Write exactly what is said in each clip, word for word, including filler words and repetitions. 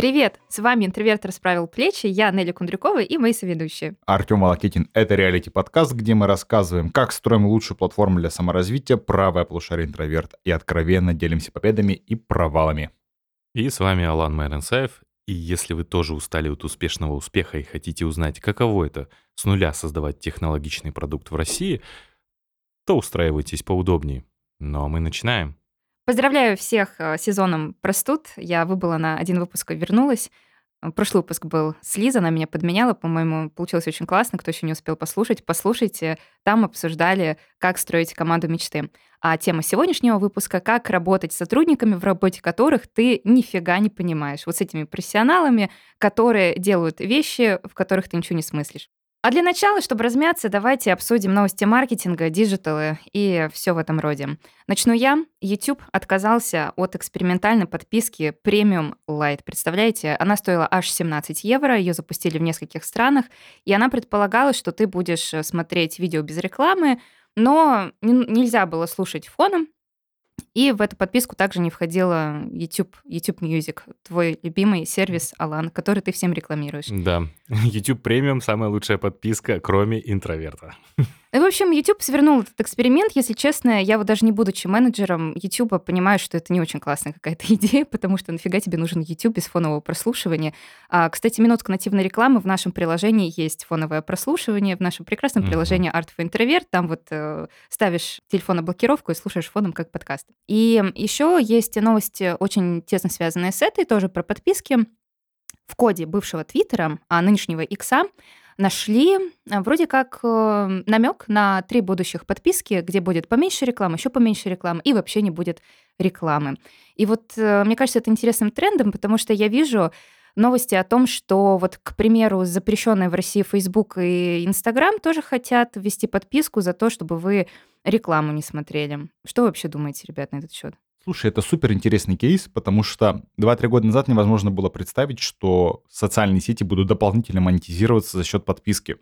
Привет! С вами «Интроверт расправил плечи», я Нелли Кундрюкова и мои соведущие. Артем Волокитин. Это реалити-подкаст, где мы рассказываем, как строим лучшую платформу для саморазвития, правое полушарие интроверта, и откровенно делимся победами и провалами. И с вами Алан Майренсаев. И если вы тоже устали от успешного успеха и хотите узнать, каково это с нуля создавать технологичный продукт в России, то устраивайтесь поудобнее. Ну а мы начинаем. Поздравляю всех э, с сезоном простуд. Я выбыла на один выпуск и вернулась. Э, Прошлый выпуск был с Лизой, она меня подменяла, по-моему, получилось очень классно. Кто еще не успел послушать, послушайте. Там обсуждали, как строить команду мечты. А тема сегодняшнего выпуска — как работать с сотрудниками, в работе которых ты нифига не понимаешь. Вот с этими профессионалами, которые делают вещи, в которых ты ничего не смыслишь. А для начала, чтобы размяться, давайте обсудим новости маркетинга, диджиталы и все в этом роде. Начну я. YouTube отказался от экспериментальной подписки Premium Lite. Представляете, она стоила аж семнадцать евро, ее запустили в нескольких странах, и она предполагала, что ты будешь э, смотреть видео без рекламы, но н- нельзя было слушать фоном. И в эту подписку также не входила YouTube, YouTube Music, твой любимый сервис, Алан, который ты всем рекламируешь. Да, YouTube премиум — самая лучшая подписка, кроме интроверта. Ну, в общем, YouTube свернул этот эксперимент. Если честно, я вот даже не будучи менеджером YouTube, понимаю, что это не очень классная какая-то идея, потому что нафига тебе нужен YouTube без фонового прослушивания. А, кстати, минутка нативной рекламы. В нашем приложении есть фоновое прослушивание, в нашем прекрасном Мгм. приложении Art for Introvert. Там вот э, ставишь телефон на блокировку и слушаешь фоном как подкаст. И еще есть новости, очень тесно связанные с этой, тоже про подписки. В коде бывшего Твиттера, а нынешнего Икса, нашли а, вроде как э, намек на три будущих подписки, где будет поменьше рекламы, еще поменьше рекламы, и вообще не будет рекламы. И вот э, мне кажется, это интересным трендом, потому что я вижу новости о том, что вот, к примеру, запрещенные в России Facebook и Instagram тоже хотят ввести подписку за то, чтобы вы рекламу не смотрели. Что вы вообще думаете, ребят, на этот счет? Слушай, это супер интересный кейс, потому что два-три года назад невозможно было представить, что социальные сети будут дополнительно монетизироваться за счет подписки.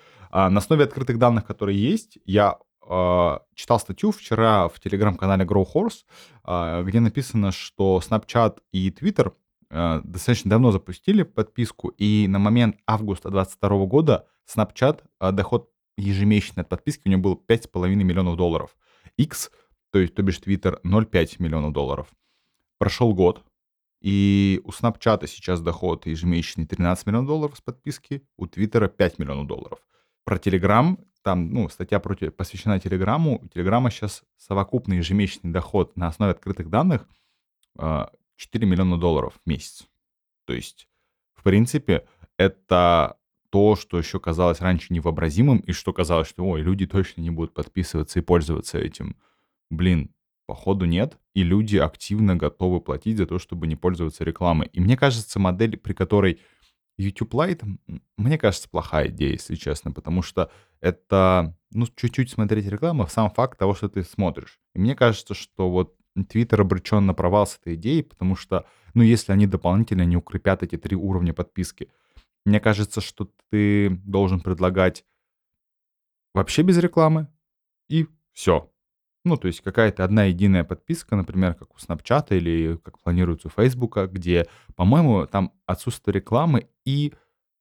А на основе открытых данных, которые есть, я а, читал статью вчера в телеграм-канале GrowHorse, а, где написано, что Snapchat и Twitter а, достаточно давно запустили подписку, и на момент августа двадцать второго года Snapchat, а, доход ежемесячный от подписки у него был пять с половиной миллионов долларов. X, то есть, то бишь Twitter, ноль целых пять десятых миллионов долларов. Прошел год, и у Snapchat сейчас доход ежемесячный тринадцать миллионов долларов с подписки, у Твиттера пять миллионов долларов. Про Telegram, там, ну, статья про, те- посвящена Телеграму. У Телеграма сейчас совокупный ежемесячный доход на основе открытых данных а, четыре миллиона долларов в месяц. То есть, в принципе, это то, что еще казалось раньше невообразимым, и что казалось, что, ой, люди точно не будут подписываться и пользоваться этим. Блин, походу нет, и люди активно готовы платить за то, чтобы не пользоваться рекламой. И мне кажется, модель, при которой YouTube Lite, м, мне кажется, плохая идея, если честно, потому что это, ну, чуть-чуть смотреть рекламу, сам факт того, что ты смотришь. И мне кажется, что вот Twitter обречен на провал с этой идеей, потому что, ну, если они дополнительно не укрепят эти три уровня подписки, мне кажется, что ты должен предлагать вообще без рекламы, и все. Ну, то есть какая-то одна единая подписка, например, как у Snapchat или как планируется у Фейсбука, где, по-моему, там отсутствие рекламы и,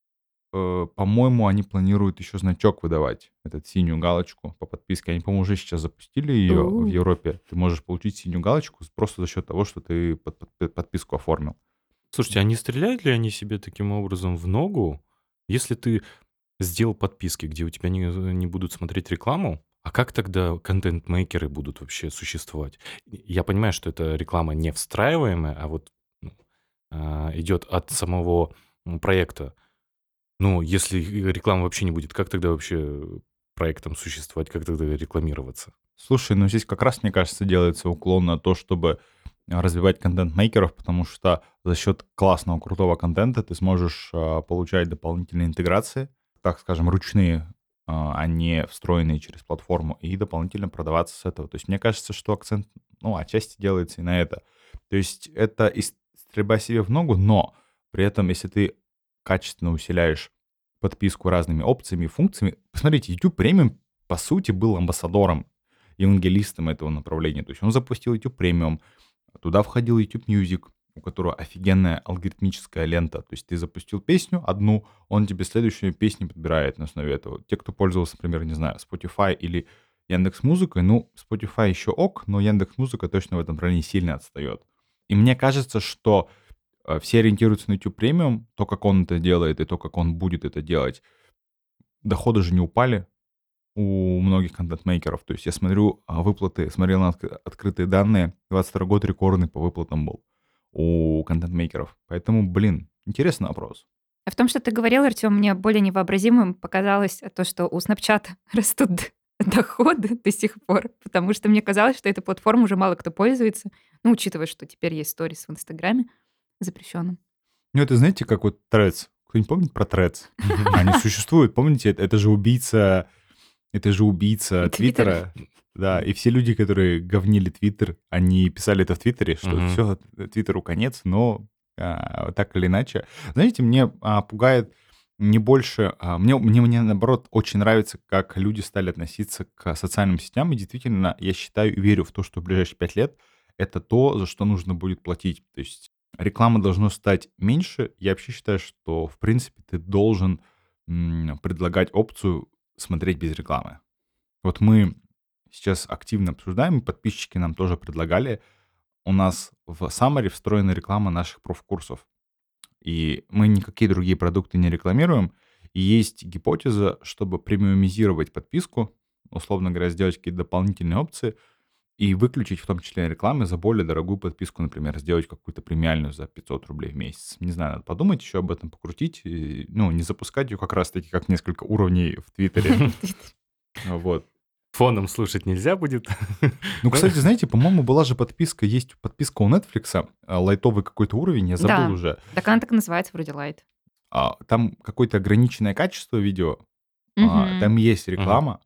э, по-моему, они планируют еще значок выдавать, этот синюю галочку по подписке. Они, по-моему, уже сейчас запустили ее в У. Европе. Ты можешь получить синюю галочку с- просто за счет того, что ты под- под- подписку оформил. Слушайте, а не стреляют ли они себе таким образом в ногу, если ты сделал подписки, где у тебя не, не будут смотреть рекламу? А как тогда контент-мейкеры будут вообще существовать? Я понимаю, что это реклама не встраиваемая, а вот ну, а, идет от самого м, проекта. Ну, если рекламы вообще не будет, как тогда вообще проектом существовать, как тогда рекламироваться? Слушай, ну здесь как раз, мне кажется, делается уклон на то, чтобы а, развивать контент-мейкеров, потому что за счет классного, крутого контента ты сможешь а, получать дополнительные интеграции, так скажем, ручные, а а не встроенные через платформу, и дополнительно продаваться с этого. То есть мне кажется, что акцент, ну, отчасти делается и на это. То есть это и с- стрельба себе в ногу, но при этом, если ты качественно усиляешь подписку разными опциями и функциями, посмотрите, YouTube премиум по сути был амбассадором, евангелистом этого направления. То есть он запустил YouTube Premium, туда входил YouTube Music, у которого офигенная алгоритмическая лента. То есть ты запустил песню одну, он тебе следующую песню подбирает на основе этого. Те, кто пользовался, например, не знаю, Spotify или Яндекс.Музыкой, ну, Spotify еще ок, но Яндекс.Музыка точно в этом направлении сильно отстает. И мне кажется, что э, все ориентируются на YouTube Premium, то, как он это делает, и то, как он будет это делать. Доходы же не упали у многих контент-мейкеров. То есть я смотрю а, выплаты, смотрел на отк- открытые данные, двадцать второй год рекордный по выплатам был у контент-мейкеров. Поэтому, блин, интересный вопрос. А в том, что ты говорил, Артем, мне более невообразимым показалось то, что у Snapchat растут д- доходы до сих пор, потому что мне казалось, что эта платформа уже мало кто пользуется, ну, учитывая, что теперь есть сторис в Инстаграме запрещенном. Ну, это знаете, как вот Threads. Кто-нибудь помнит про Threads? Они существуют, помните? Это, это же убийца, это же убийца Твиттера. Твиттера. Да, и все люди, которые говнили Твиттер, они писали это в Твиттере, что Мгм. все, Твиттеру конец, но а, так или иначе. Знаете, мне а, пугает не больше... а, мне, мне, мне, наоборот, очень нравится, как люди стали относиться к социальным сетям. И действительно, я считаю и верю в то, что в ближайшие пять лет это то, за что нужно будет платить. То есть реклама должно стать меньше. Я вообще считаю, что, в принципе, ты должен м, предлагать опцию смотреть без рекламы. Вот мы сейчас активно обсуждаем, и подписчики нам тоже предлагали. У нас в Summary встроена реклама наших профкурсов. И мы никакие другие продукты не рекламируем. И есть гипотеза, чтобы премиумизировать подписку, условно говоря, сделать какие-то дополнительные опции и выключить в том числе рекламы за более дорогую подписку, например, сделать какую-то премиальную за пятьсот рублей в месяц. Не знаю, надо подумать еще об этом, покрутить. И, ну, не запускать ее как раз-таки как несколько уровней в Твиттере. Вот. Фоном слушать нельзя будет. Ну, кстати, знаете, по-моему, была же подписка, есть подписка у Netflix, а, лайтовый какой-то уровень, я забыл Да. уже. Так она так и называется, вроде лайт. А, Там какое-то ограниченное качество видео, а, Мгм. там есть Мгм. реклама,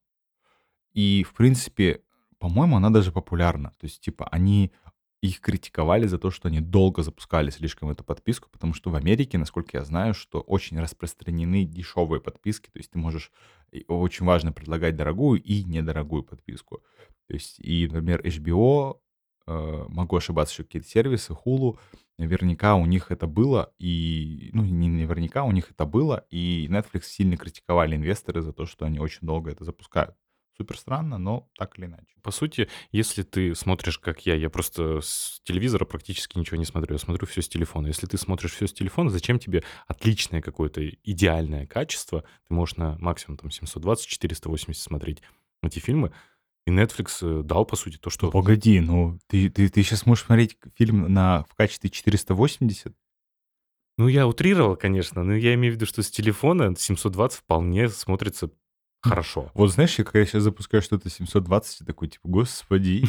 и, в принципе, по-моему, она даже популярна. То есть, типа, они их критиковали за то, что они долго запускали слишком эту подписку, потому что в Америке, насколько я знаю, что очень распространены дешевые подписки. То есть ты можешь... и очень важно предлагать дорогую и недорогую подписку. То есть и, например, эйч би о, э, могу ошибаться, еще какие-то сервисы, Hulu, наверняка у них это было, и... Ну, не наверняка, у них это было, и Netflix сильно критиковали инвесторы за то, что они очень долго это запускают. Супер странно, но так или иначе. По сути, если ты смотришь, как я, я просто с телевизора практически ничего не смотрю, я смотрю все с телефона. Если ты смотришь все с телефона, зачем тебе отличное какое-то идеальное качество? Ты можешь на максимум там семьсот двадцать четыреста восемьдесят смотреть эти фильмы. И Netflix э, дал, по сути, то, Ну, что... погоди, ну ты, ты, ты сейчас можешь смотреть фильм на, в качестве четыреста восемьдесят? Ну, я утрировал, конечно, но я имею в виду, что с телефона семьсот двадцать вполне смотрится хорошо. Вот знаешь, я- когда я сейчас запускаю что-то семьсот двадцать, я такой, типа, господи.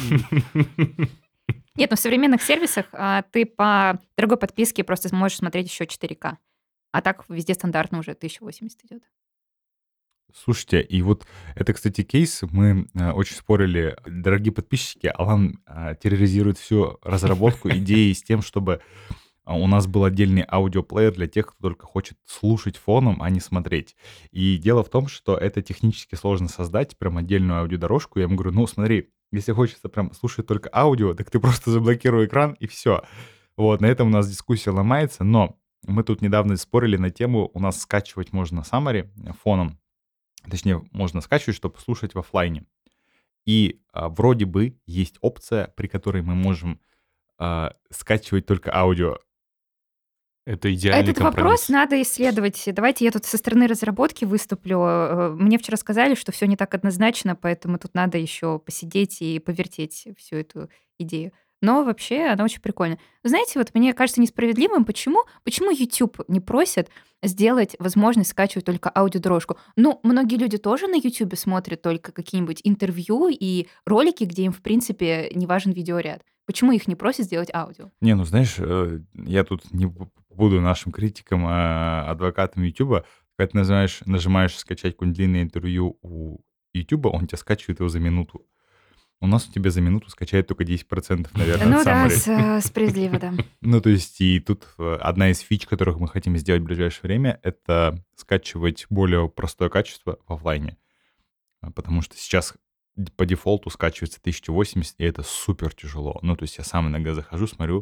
Нет, но в современных сервисах а, ты по дорогой подписке просто сможешь смотреть еще четыре ка. А так везде стандартно уже тысяча восемьдесят идет. Слушайте, и вот это, кстати, кейс, мы э, очень спорили, дорогие подписчики, Алан э, терроризирует всю разработку идеи с тем, чтобы а, у нас был отдельный аудиоплеер для тех, кто только хочет слушать фоном, а не смотреть. И дело в том, что это технически сложно создать, прям отдельную аудиодорожку. Я ему говорю, ну смотри, если хочется прям слушать только аудио, так ты просто заблокируй экран и все. Вот, на этом у нас дискуссия ломается, но мы тут недавно спорили на тему, у нас скачивать можно Summary фоном, точнее, можно скачивать, чтобы слушать в оффлайне. И а, вроде бы есть опция, при которой мы можем а, скачивать только аудио. Это идеальный Этот вопрос компромисс. надо исследовать. Давайте я тут со стороны разработки выступлю. Э, Мне вчера сказали, что все не так однозначно, поэтому тут надо еще посидеть и повертеть всю эту идею. Но вообще она очень прикольная. Вы знаете, вот мне кажется несправедливым, почему, почему YouTube не просит сделать возможность скачивать только аудиодорожку? Ну, многие люди тоже на YouTube смотрят только какие-нибудь интервью и ролики, где им, в принципе, не важен видеоряд. Почему их не просят сделать аудио? Не, ну знаешь, э, я тут не бу- буду нашим критиком, а адвокатом Ютуба. Когда ты нажимаешь, нажимаешь скачать какое-нибудь длинное интервью у Ютуба, он тебя скачивает его за минуту. У нас у тебя за минуту скачает только десять процентов, наверное, Ну от да, Summary. с- э, справедливо, да. Ну, то есть, и тут э, одна из фич, которых мы хотим сделать в ближайшее время, это скачивать более простое качество в оффлайне. А, Потому что сейчас по дефолту скачивается тысяча восемьдесят, и это супер тяжело. Ну, то есть я сам иногда захожу, смотрю,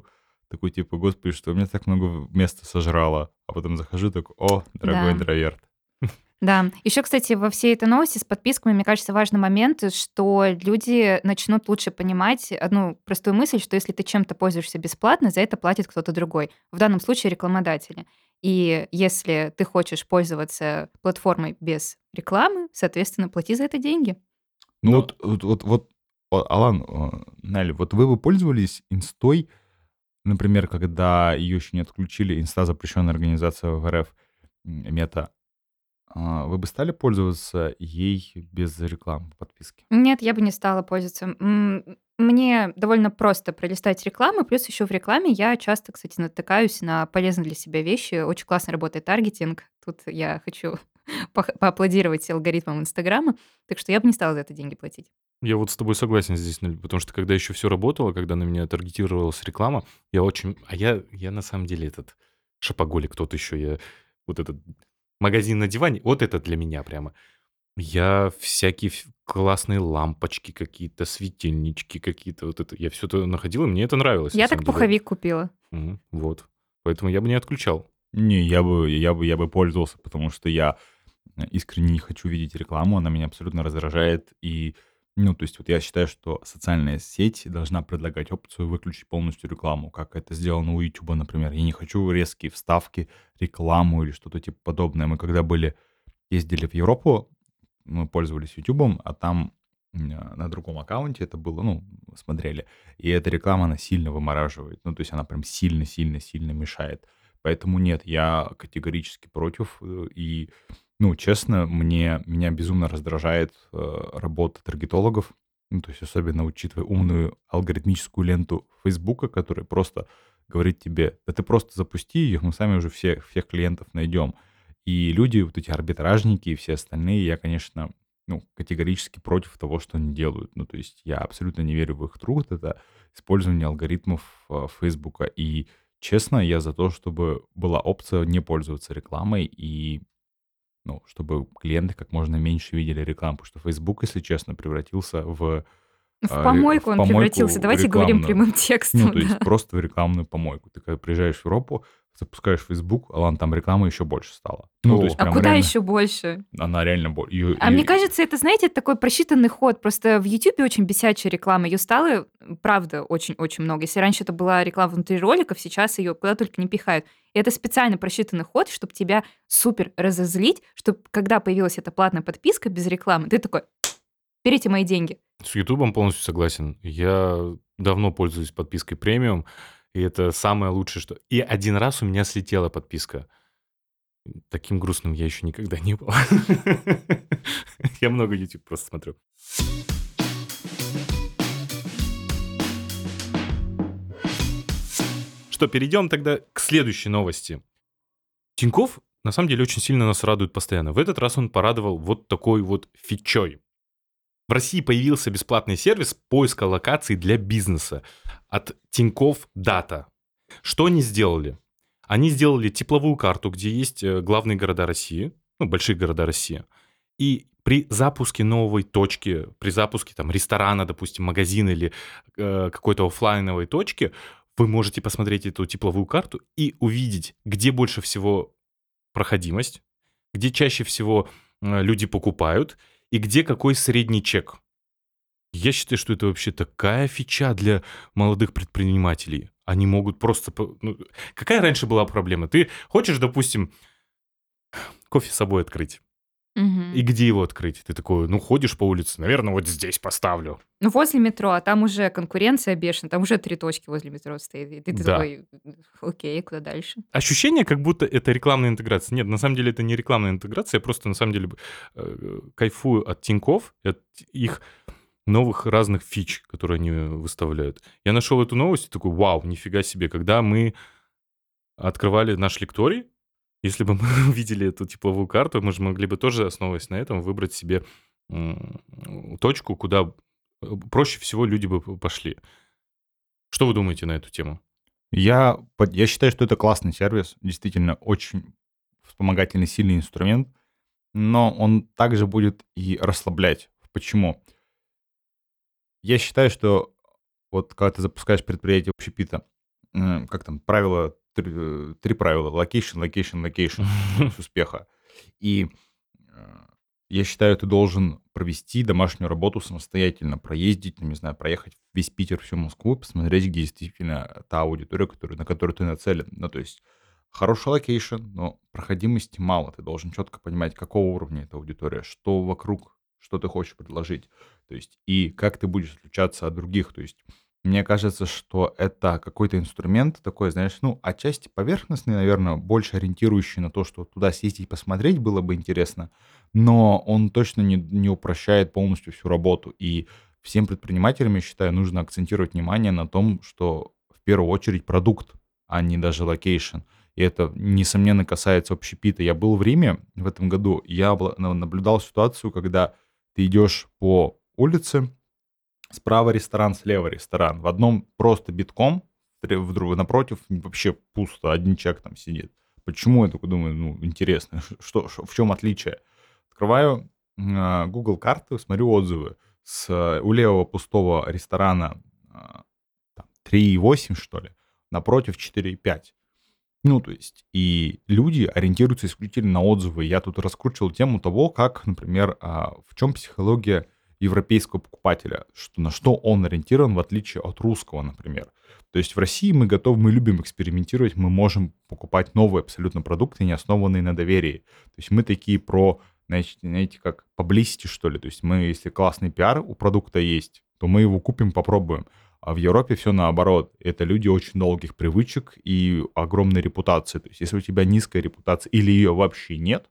такой типа, господи, что у меня так много места сожрало. А потом захожу, такой, о, дорогой Да. интроверт. Да. Еще, кстати, во всей этой новости с подписками, мне кажется, важный момент, что люди начнут лучше понимать одну простую мысль, что если ты чем-то пользуешься бесплатно, за это платит кто-то другой. В данном случае рекламодатели. И если ты хочешь пользоваться платформой без рекламы, соответственно, плати за это деньги. Ну Но вот, вот, вот, вот, о, Алан, э, Нали, вот вы бы пользовались инстой, например, когда ее еще не отключили, инста запрещенная организация в РФ, м, Мета, а, вы бы стали пользоваться ей без рекламы, подписки? Нет, я бы не стала пользоваться. М, Мне довольно просто пролистать рекламу, плюс еще в рекламе я часто, кстати, натыкаюсь на полезные для себя вещи. Очень классно работает таргетинг. Тут я хочу пох- поаплодировать алгоритмам Инстаграма, так что я бы не стала за это деньги платить. я вот с тобой согласен здесь, Нель, потому что когда еще все работало, когда на меня таргетировалась реклама, я очень... А я, я на самом деле этот шопоголик, тот еще, я вот этот магазин на диване, вот это для меня прямо. Я всякие ф- классные лампочки какие-то, светильнички какие-то, вот это, я все это находил, и мне это нравилось, на Я самом так деле. пуховик купила. Мгм, вот. Поэтому я бы не отключал. Не, я бы, я бы, я бы пользовался, потому что я э, искренне не хочу видеть рекламу, она меня абсолютно раздражает. И, ну, то есть вот я считаю, что социальная сеть должна предлагать опцию выключить полностью рекламу, как это сделано у YouTube, например. Я не хочу резкие вставки, рекламу или что-то типа подобное. Мы когда были, ездили в Европу, мы пользовались YouTube, а там м, а, на другом аккаунте это было, ну, смотрели, и эта реклама, она сильно вымораживает. Ну, то есть она прям сильно-сильно-сильно мешает. Поэтому нет, я категорически против. э, И, ну, честно, мне, меня безумно раздражает э, работа таргетологов. Ну, то есть особенно учитывая умную алгоритмическую ленту Фейсбука, которая просто говорит тебе, да ты просто запусти ее, мы сами уже всех, всех клиентов найдем. И люди, вот эти арбитражники и все остальные, я, конечно, ну, категорически против того, что они делают. Ну, то есть я абсолютно не верю в их труд, это использование алгоритмов а, Фейсбука. И честно, я за то, чтобы была опция не пользоваться рекламой и, ну, чтобы клиенты как можно меньше видели рекламу, потому что Facebook, если честно, превратился в, В а, ре- помойку в он превратился. помойку Давайте говорим рекламную. прямым Ну, текстом, то есть да. просто в рекламную помойку. Ты когда приезжаешь в Европу, запускаешь Facebook, а ладно, там реклама еще больше стала. Ну, то есть О, А прям куда реально, еще больше? она реально... бо- её- А мне её- кажется, это, знаете, это такой просчитанный ход. Просто в Ютубе очень бесячая реклама. Ее стало, м, правда, очень-очень много. Если раньше это была реклама внутри роликов, сейчас ее куда только не пихают. И это специально просчитанный ход, чтобы тебя супер разозлить, чтобы когда появилась эта платная подписка без рекламы, ты такой, берите мои деньги. с Ютубом полностью согласен. Я давно пользуюсь подпиской премиум, и это самое лучшее, что... И один раз у меня слетела подписка. Таким грустным я еще никогда не был. Я много YouTube просто смотрю. Что, перейдем тогда к следующей новости. Тинькофф, на самом деле, очень сильно нас радует постоянно. В этот раз он порадовал вот такой вот фичой. В России появился бесплатный сервис поиска локаций для бизнеса от Тинькофф Дата. Что они сделали? Они сделали тепловую карту, где есть э, главные города России, ну, большие города России. И при запуске новой точки, при запуске там ресторана, допустим, магазина или э, какой-то оффлайновой точки, вы можете посмотреть эту тепловую карту и увидеть, где больше всего проходимость, где чаще всего э, люди покупают и где какой средний чек. Я считаю, что это вообще такая фича для молодых предпринимателей. Они могут просто... по- ну, какая раньше была проблема? Ты хочешь, допустим, кофе с собой открыть. И Мгм. где его открыть? Ты такой, ну, ходишь по улице, наверное, вот здесь поставлю. Ну, возле метро, а там уже конкуренция бешеная, там уже три точки возле метро стоит. И ты, ты Да. такой, окей, куда дальше? Ощущение, как будто это рекламная интеграция. Нет, на самом деле это не рекламная интеграция, я просто на самом деле э, кайфую от Тинькофф, от их новых разных фич, которые они выставляют. Я нашел эту новость и такой, вау, нифига себе, когда мы открывали наш лекторий, если бы мы увидели эту тепловую карту, мы же могли бы тоже, основываясь на этом, выбрать себе м, точку, куда э, проще всего люди бы п- пошли. Что вы думаете на эту тему? Я, под- я считаю, что это классный сервис, действительно очень вспомогательный, сильный инструмент, но он также будет и расслаблять. Почему? Я считаю, что вот когда ты запускаешь предприятие общепита, м, как там, правило, три, э, три правила: location, location, location, ключ успеха. И э, я считаю, ты должен провести домашнюю работу самостоятельно, проездить, ну, не знаю, проехать весь Питер, всю Москву, посмотреть, где действительно та аудитория, которую, на которую ты нацелен. Ну, то есть хороший локейшн, но проходимости мало. Ты должен четко понимать, какого уровня эта аудитория, что вокруг, что ты хочешь предложить. То есть и как ты будешь отличаться от других. То есть мне кажется, что это какой-то инструмент такой, знаешь, ну, отчасти поверхностный, наверное, больше ориентирующий на то, что туда съездить посмотреть было бы интересно, но он точно не, не упрощает полностью всю работу. И всем предпринимателям, я считаю, нужно акцентировать внимание на том, что в первую очередь продукт, а не даже локейшн. И это, несомненно, касается общепита. Я был в Риме в этом году, и я обла- на- наблюдал ситуацию, когда ты идешь по улице, справа ресторан, слева ресторан. В одном просто битком, в тре- в друг- напротив вообще пусто, один человек там сидит. Почему? Я такой думаю, ну, интересно, что, шо- в чем отличие? Открываю а, Google карты, смотрю отзывы. С, э, у левого пустого ресторана а, там, три и восемь, что ли, напротив четыре и пять. Ну, то есть, и люди ориентируются исключительно на отзывы. Я тут раскручивал тему того, как, например, а, в чем психология европейского покупателя, что, на что он ориентирован, в отличие от русского, например. То есть в России мы готовы, мы любим экспериментировать, мы можем покупать новые абсолютно продукты, не основанные на доверии. То есть мы такие про, знаете, знаете, как publicity, что ли. То есть мы, если классный пиар у продукта есть, то мы его купим, попробуем. А в Европе все наоборот. Это люди очень долгих привычек и огромной репутации. То есть если у тебя низкая репутация или ее вообще нет,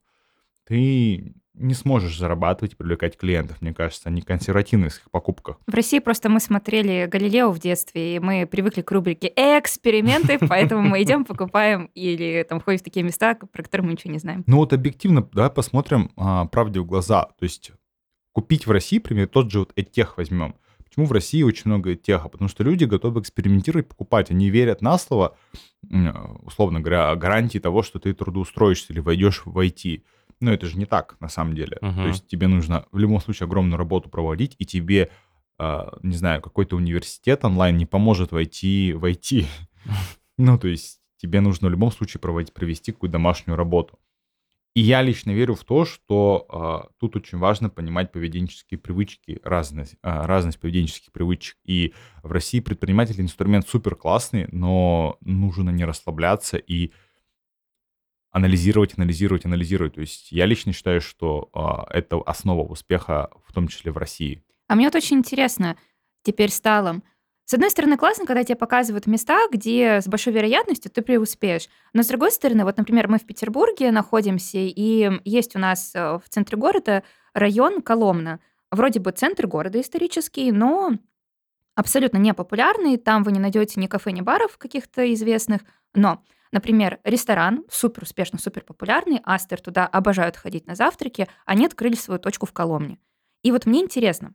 ты не сможешь зарабатывать и привлекать клиентов. Мне кажется, они консервативны в своих покупках. В России просто мы смотрели «Галилео» в детстве, и мы привыкли к рубрике «Эксперименты», поэтому мы идем, покупаем или там ходим в такие места, про которые мы ничего не знаем. Ну вот объективно, давай посмотрим а, правде в глаза. То есть купить в России, например, тот же вот EdTech возьмем. Почему в России очень много EdTech? Потому что люди готовы экспериментировать, покупать. Они верят на слово, м, условно говоря, гарантии того, что ты трудоустроишься или войдешь в ай ти. Но это же не так, на самом деле. То Мгм. есть тебе нужно в любом случае огромную работу проводить, и тебе, а, не знаю, какой-то университет онлайн не поможет войти в ай ти. Ну, то есть тебе нужно в любом случае проводить, провести какую-то домашнюю работу. И я лично верю в то, что а, тут очень важно понимать поведенческие привычки, разность, а, разность поведенческих привычек. И в России предприниматель инструмент супер классный, но нужно не расслабляться и анализировать, анализировать, анализировать. То есть я лично считаю, что а, это основа успеха, в том числе в России. А мне вот очень интересно теперь стало. С одной стороны, классно, когда тебе показывают места, где с большой вероятностью ты преуспеешь. Но с другой стороны, вот, например, мы в Петербурге находимся, и есть у нас э, в центре города район Коломна. Вроде бы центр города исторический, но абсолютно непопулярный. Там вы не найдете ни кафе, ни баров каких-то известных. Но, например, ресторан супер успешно, супер популярный, Астер, туда обожают ходить на завтраки, они открыли свою точку в Коломне. И вот мне интересно,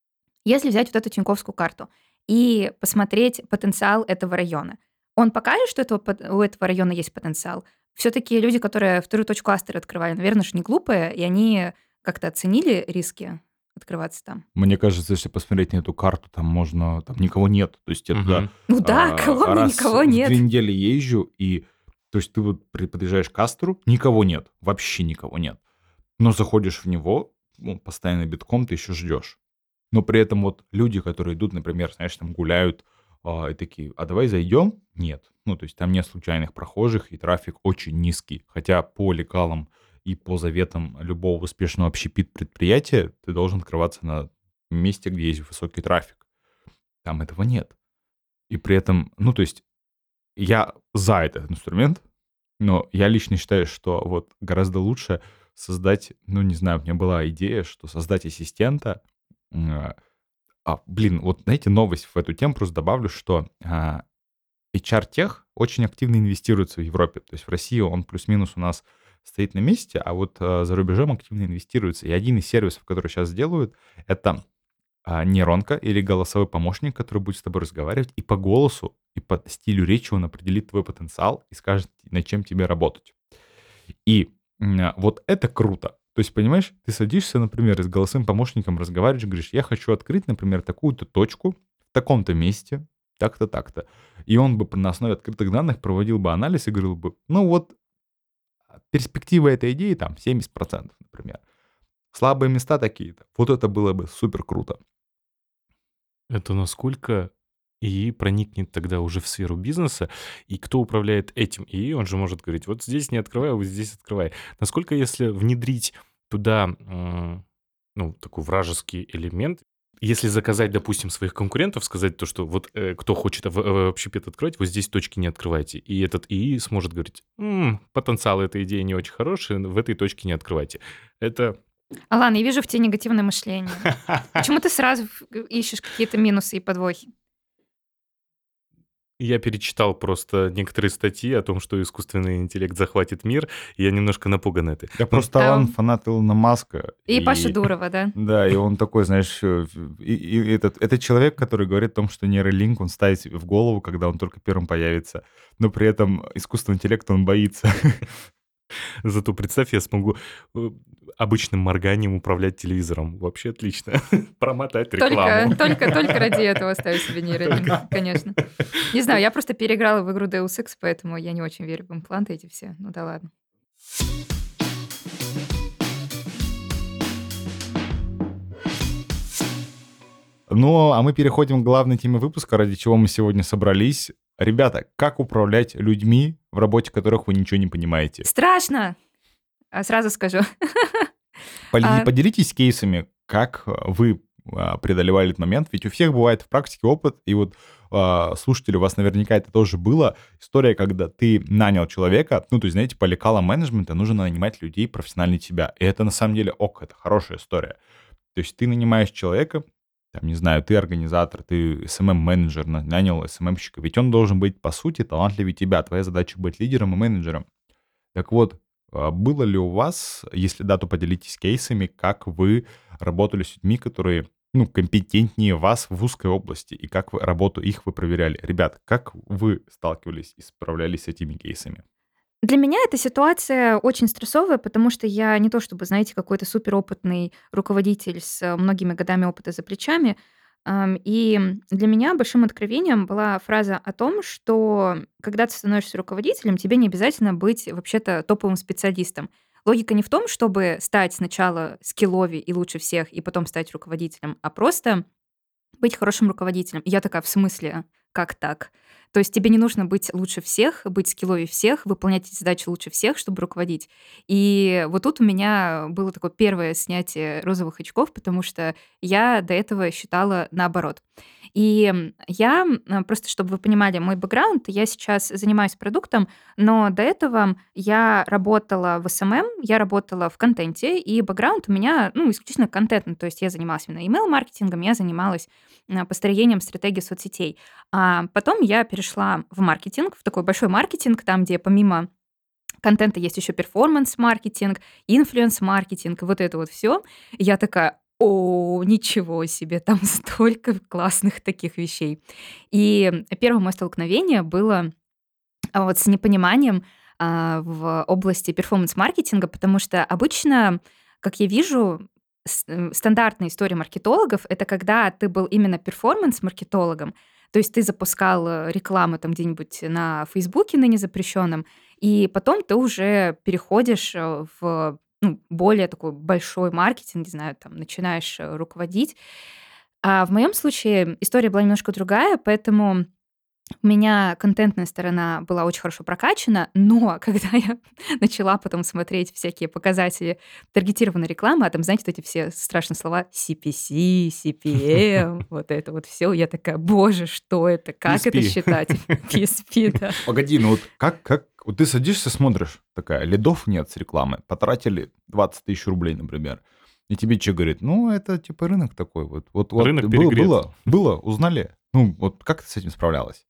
если взять вот эту Тиньковскую карту и посмотреть потенциал этого района, он покажет, что этого, пот- у этого района есть потенциал? Все-таки люди, которые вторую точку Астер открывали, наверное, же не глупые, и они как-то оценили риски открываться там. Мне кажется, если посмотреть на эту карту, там можно, там никого нет. То есть я туда Мгм. Ну да, а, Коломне раз никого в две нет. недели езжу, и то есть ты вот при- подъезжаешь к Астру, никого нет, вообще никого нет. Но заходишь в него, ну, постоянно битком, ты еще ждешь. Но при этом вот люди, которые идут, например, знаешь, там гуляют, а, и такие, а давай зайдем? Нет. Ну, то есть там нет случайных прохожих, и трафик очень низкий. Хотя по лекалам и по заветам любого успешного общепит предприятия ты должен открываться на месте, где есть высокий трафик. Там этого нет. И при этом, ну, то есть я за этот инструмент, но я лично считаю, что вот гораздо лучше создать, ну, не знаю, у меня была идея, что создать ассистента. м, А, а, блин, вот знаете, новость в эту тему просто добавлю, что а, эйч ар-тех очень активно инвестируется в Европе. То есть в России он плюс-минус у нас стоит на месте, а вот а, за рубежом активно инвестируется. И один из сервисов, который сейчас делают, это а, нейронка или голосовой помощник, который будет с тобой разговаривать, и по голосу, и по стилю речи он определит твой потенциал и скажет, над чем тебе работать. И м, а, вот это круто. То есть, понимаешь, ты садишься, например, и с голосовым помощником разговариваешь, говоришь, я хочу открыть, например, такую-то точку в таком-то месте, так-то, так-то. И он бы на основе открытых данных проводил бы анализ и говорил бы, ну вот перспектива этой идеи там семьдесят процентов, например. Слабые места такие-то. Вот это было бы супер круто. Это насколько ИИ проникнет тогда уже в сферу бизнеса, и кто управляет этим ИИ, он же может говорить, вот здесь не открывай, а вот здесь открывай. Насколько если внедрить туда, м, ну, такой вражеский элемент, если заказать, допустим, своих конкурентов, сказать то, что вот э, кто хочет в- в- общепит открывать, вот здесь точки не открывайте. И этот ИИ сможет говорить, «М, потенциал этой идеи не очень хороший, в этой точке не открывайте». Это Алан, я вижу в тебе негативное мышление. Почему ты сразу ф- ищешь какие-то минусы и подвохи? Я перечитал просто некоторые статьи о том, что искусственный интеллект захватит мир, и я немножко напуган этой. Я Ну, просто А Алан он- фанат Илона Маска. И Паша Дурова, да? Да, и он такой, знаешь, э, и, и этот, это человек, который говорит о том, что нейролинк он ставит себе в голову, когда он только первым появится, но при этом искусственный интеллект он боится. Зато представь, я смогу э, обычным морганием управлять телевизором. Вообще отлично. Промотать Только, рекламу. только, только ради этого ставлю себе нейролинк, конечно. Не знаю, я просто переиграла в игру Deus Ex, поэтому я не очень верю в импланты эти все. Ну да ладно. Ну, а мы переходим к главной теме выпуска, ради чего мы сегодня собрались. Ребята, как управлять людьми, в работе которых вы ничего не понимаете? Страшно! А, Сразу скажу. Поли- А- Поделитесь кейсами, как э, вы а, преодолевали этот момент, ведь у всех бывает в практике опыт, и вот а, слушатели, у вас наверняка это тоже было, история, когда ты нанял человека, ну, то есть, знаете, по лекалам менеджмента нужно нанимать людей профессиональнее тебя, и это на самом деле ок, это хорошая история. То есть ты нанимаешь человека, там, не знаю, ты организатор, ты эс эм эм-менеджер, на- нанял эс эм эм-щика, ведь он должен быть, по сути, талантливее тебя, твоя задача быть лидером и менеджером. Так вот, а, было ли у вас, если да, то поделитесь кейсами, как вы работали с людьми, которые, ну, компетентнее вас в узкой области, и как вы, работу их вы проверяли. Ребят, как вы сталкивались и справлялись с этими кейсами? Для меня эта ситуация очень стрессовая, потому что я не то чтобы, знаете, какой-то суперопытный руководитель с э, многими годами опыта за плечами. Ам, И для меня большим откровением была фраза о том, что когда ты становишься руководителем, тебе не обязательно быть вообще-то топовым специалистом. Логика не в том, чтобы стать сначала скилловее и лучше всех, и потом стать руководителем, а просто быть хорошим руководителем. И я такая, в смысле, как так? То есть тебе не нужно быть лучше всех, быть скилловее всех, выполнять эти задачи лучше всех, чтобы руководить. И вот тут у меня было такое первое снятие розовых очков, потому что я до этого считала наоборот. И я, м, просто чтобы вы понимали мой бэкграунд, я сейчас занимаюсь продуктом, но до этого я работала в эс эм эм, я работала в контенте, и бэкграунд у меня, ну, исключительно контентный. То есть я занималась именно email-маркетингом, я занималась а, построением стратегии соцсетей. А потом я перешла в маркетинг, в такой большой маркетинг, там, где помимо контента есть еще перформанс-маркетинг, инфлюенс-маркетинг, вот это вот все. Я такая, о, ничего себе, там столько классных таких вещей. И первое мое столкновение было а, вот с непониманием а, в области перформанс-маркетинга, потому что обычно, как я вижу, с- э, стандартная история маркетологов — это когда ты был именно перформанс-маркетологом, то есть ты запускал э, рекламу там где-нибудь на Фейсбуке, ныне запрещенном, и потом ты уже переходишь э, в ну, более такой большой маркетинг, не знаю, там начинаешь э, руководить. А в моем случае история была немножко другая, поэтому у меня контентная сторона была очень хорошо прокачана, но когда я начала потом смотреть всякие показатели таргетированной рекламы, а там, знаете, вот эти все страшные слова си пи си, си пи эм, вот это вот все, я такая, боже, что это, как это пи эс пи. считать? пи эс пи, да. Погоди, ну вот как, как, вот ты садишься, смотришь, такая, лидов нет с рекламы, потратили двадцать тысяч рублей, например, и тебе че говорит, ну, это типа рынок такой вот. Вот, вот Рынок было, перегрет. было, было, узнали. Ну, вот как ты с этим справлялась?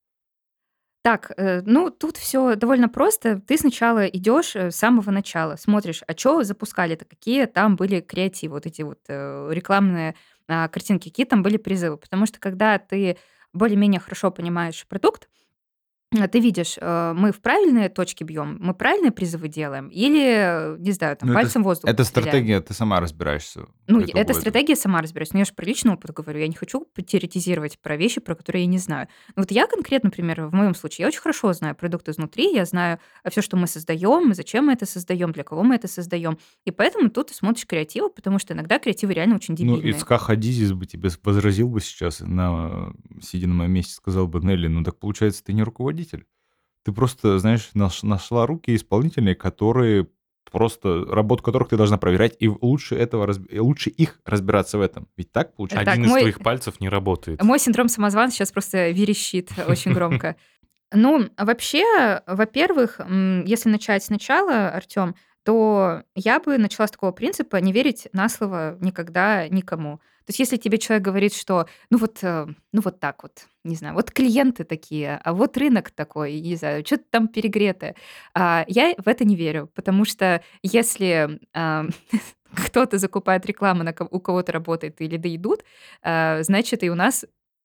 Так, э, ну тут все довольно просто. Ты сначала идешь э, с самого начала, смотришь, а что запускали-то, какие там были креативы, вот эти вот э, рекламные а, картинки, какие там были призывы. Потому что когда ты более-менее хорошо понимаешь продукт, а, ты видишь, э, мы в правильные точки бьем, мы правильные призывы делаем или, не знаю, там Ну, это, пальцем в воздух это стреляем? стратегия, ты сама разбираешься Ну, по я- это итогу этого. стратегия, сама разберусь. Но я же про личный опыт говорю. Я не хочу теоретизировать про вещи, про которые я не знаю. Ну, вот я конкретно, например, в моем случае, я очень хорошо знаю продукт изнутри, я знаю все, что мы создаем, зачем мы это создаем, для кого мы это создаем. И поэтому тут ты смотришь креативы, потому что иногда креативы реально очень Ну, дебильные. Ицхак Адизис бы тебе возразил бы сейчас, на, сидя на моем месте, сказал бы: Нелли, ну так получается, ты не руководитель. Ты просто, знаешь, наш- нашла руки исполнительные, которые просто, работу которых ты должна проверять, и лучше, этого, разб- и лучше их разбираться в этом. Ведь так получается? Так, Один из мой- твоих пальцев не работает. Мой синдром самозванца сейчас просто верещит очень громко. Ну, вообще, во-первых, м, если начать сначала, Артём, то я бы начала с такого принципа не верить на слово никогда никому. То есть если тебе человек говорит, что ну вот, э, ну вот так вот, не знаю, вот клиенты такие, а вот рынок такой, не знаю, что-то там перегретое. А, я в это не верю, потому что если а, кто-то закупает рекламу, на ко- у кого-то работает или лиды идут, а, значит, и у нас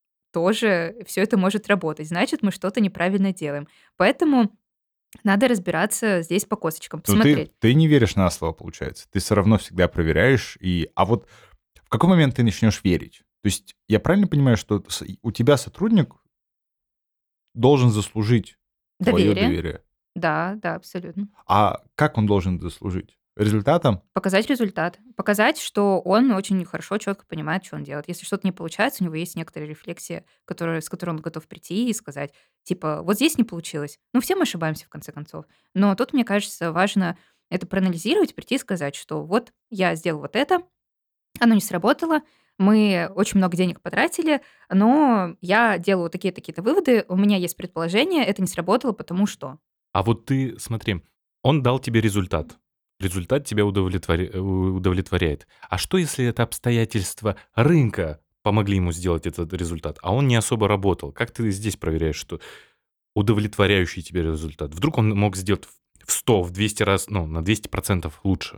тоже все это может работать. Значит, мы что-то неправильно делаем. Поэтому надо разбираться здесь по косточкам, Ну, ты, посмотреть. ты не веришь на слово, получается. Ты все равно всегда проверяешь. И... А вот в какой момент ты начнешь верить? То есть я правильно понимаю, что с- у тебя сотрудник должен заслужить твое Доверие. доверие? Да, да, абсолютно. А как он должен заслужить? Результатом? Показать результат. Показать, что он очень хорошо, четко понимает, что он делает. Если что-то не получается, у него есть некоторая рефлексия, которая, с которой он готов прийти и сказать, типа, вот здесь не получилось. Ну, все мы ошибаемся, в конце концов. Но тут, мне кажется, важно это проанализировать, прийти и сказать, что вот я сделал вот это, оно не сработало, мы очень много денег потратили, но я делаю вот такие-такие-то выводы, у меня есть предположение, это не сработало, потому что. А вот ты, смотри, он дал тебе результат. Результат тебя удовлетворя- э, удовлетворяет. А что, если это обстоятельства рынка помогли ему сделать этот результат, а он не особо работал? Как ты здесь проверяешь, что удовлетворяющий тебе результат? Вдруг он мог сделать в сто, в двести раз, ну, на двести процентов лучше?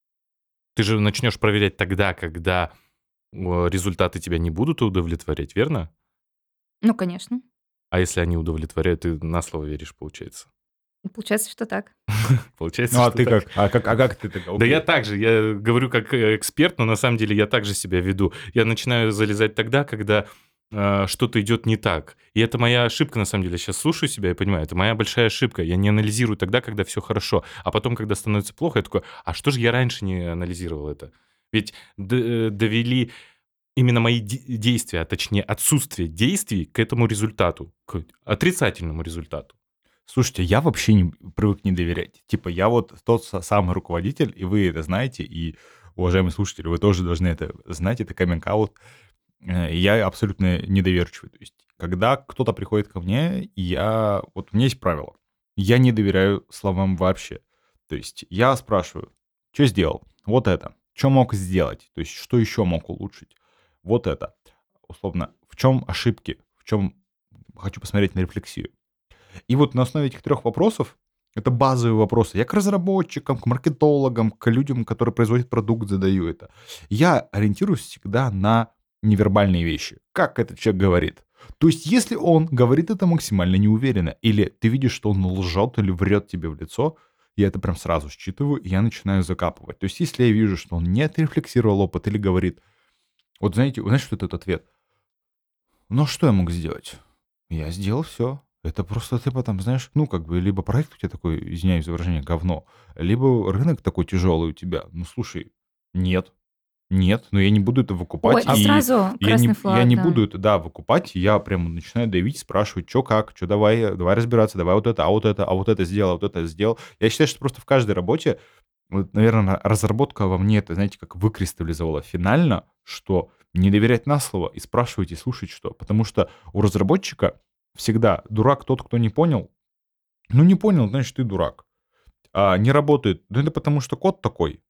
Ты же начнешь проверять тогда, когда э, результаты тебя не будут удовлетворять, верно? Ну, конечно. А если они удовлетворяют, ты на слово веришь, получается. Получается, что так. Получается, Ну, а что ты так. как? А как, а как ты тогда? Да Окей. я так же, я говорю как э, эксперт, но на самом деле я также себя веду. Я начинаю залезать тогда, когда э, что-то идет не так. И это моя ошибка, на самом деле. Сейчас слушаю себя и понимаю, это моя большая ошибка. Я не анализирую тогда, когда все хорошо. А потом, когда становится плохо, я такой, а что же я раньше не анализировал это? Ведь д- э, довели именно мои де- действия, а точнее отсутствие действий к этому результату, к отрицательному результату. Слушайте, я вообще не привык не доверять. Типа, я вот тот са- самый руководитель, и вы это знаете, и, уважаемые слушатели, вы тоже должны это знать, это каминг-аут. Э, Я абсолютно недоверчивый. То есть, когда кто-то приходит ко мне, я... Вот у меня есть правило. Я не доверяю словам вообще. То есть, я спрашиваю, что сделал? Вот это. Что мог сделать? То есть, что еще мог улучшить? Вот это. Условно, в чем ошибки? В чем хочу посмотреть на рефлексию? И вот на основе этих трех вопросов, это базовые вопросы, я к разработчикам, к маркетологам, к людям, которые производят продукт, задаю это. Я ориентируюсь всегда на невербальные вещи. Как этот человек говорит. То есть, если он говорит это максимально неуверенно, или ты видишь, что он лжет или врет тебе в лицо, я это прям сразу считываю, и я начинаю закапывать. То есть, если я вижу, что он не отрефлексировал опыт или говорит, вот знаете, знаете, что этот ответ? Ну, что я мог сделать? Я сделал все. Это просто ты потом, знаешь, ну, как бы, либо проект у тебя такой, извиняюсь за выражение, говно, либо рынок такой тяжелый у тебя. Ну, слушай, нет, нет, но я не буду это Ой, выкупать, а и сразу я не, красный я флаг, не да. буду это, да, выкупать, я прям начинаю давить, спрашивать, что как, что давай, давай разбираться, давай вот это, а вот это, а вот это сделал, а вот это сделал. Я считаю, что просто в каждой работе, вот, наверное, разработка во мне это, знаете, как выкристаллизовала финально, что не доверять на слово и спрашивать и слушать что. Потому что у разработчика всегда дурак тот, кто не понял. Ну, не понял, значит, ты дурак. А, не работает. Ну, это потому что код такой.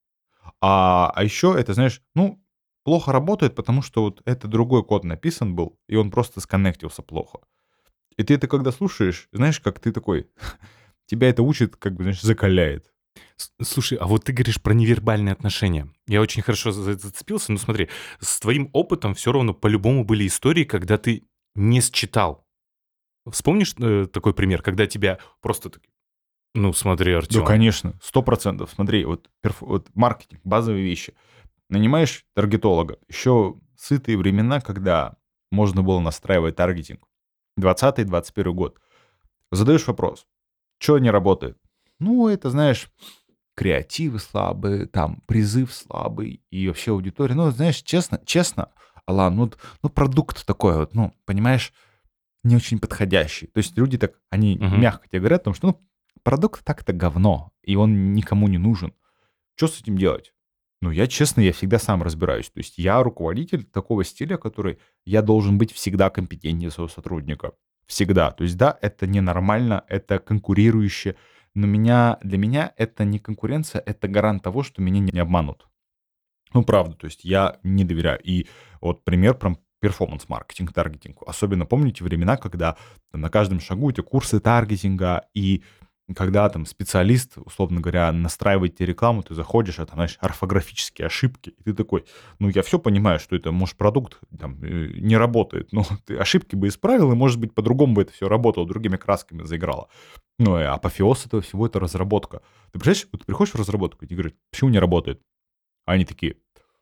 А, а еще это, знаешь, ну, плохо работает, потому что вот это другой код написан был, и он просто сконнектился плохо. И ты это когда слушаешь, знаешь, как ты такой, тебя это учит, как бы, знаешь, закаляет. С- Слушай, а вот ты говоришь про невербальные отношения. Я очень хорошо за это зацепился, но смотри, с твоим опытом все равно по-любому были истории, когда ты не считал Вспомнишь э, такой пример, когда тебя просто таки, ну смотри, Да, Артем. конечно, сто процентов. Смотри, вот, перф- вот маркетинг, базовые вещи. Нанимаешь таргетолога. Еще сытые времена, когда можно было настраивать таргетинг. двадцатый двадцать первый год. Задаешь вопрос, что не работает? Ну, это, знаешь, креативы слабые, там, призыв слабый и вообще аудитория. Ну, знаешь, честно, честно, Алан, ну, вот, ну, продукт такой вот, ну, понимаешь, не очень подходящий. То есть люди так, они Мгм. мягко тебе говорят, потому что, ну, продукт так-то говно, и он никому не нужен. Что с этим делать? Ну, я честно, я всегда сам разбираюсь. То есть я руководитель такого стиля, который я должен быть всегда компетентнее своего сотрудника. Всегда. То есть да, это ненормально, это конкурирующе, но меня, для меня это не конкуренция, это гарант того, что меня не обманут. Ну, правда, то есть я не доверяю. И вот пример про перформанс-маркетинг, таргетинг. Особенно помните времена, когда там на каждом шагу эти курсы таргетинга, и когда там специалист, условно говоря, настраивает тебе рекламу, ты заходишь, а там, знаешь, орфографические ошибки, и ты такой, ну, я все понимаю, что это, может, продукт там э, не работает, но ты ошибки бы исправил, и, может быть, по-другому бы это все работало, другими красками заиграло. Ну, и апофеоз этого всего — это разработка. Ты представляешь, вот ты приходишь в разработку, и тебе говорят, почему не работает? А они такие,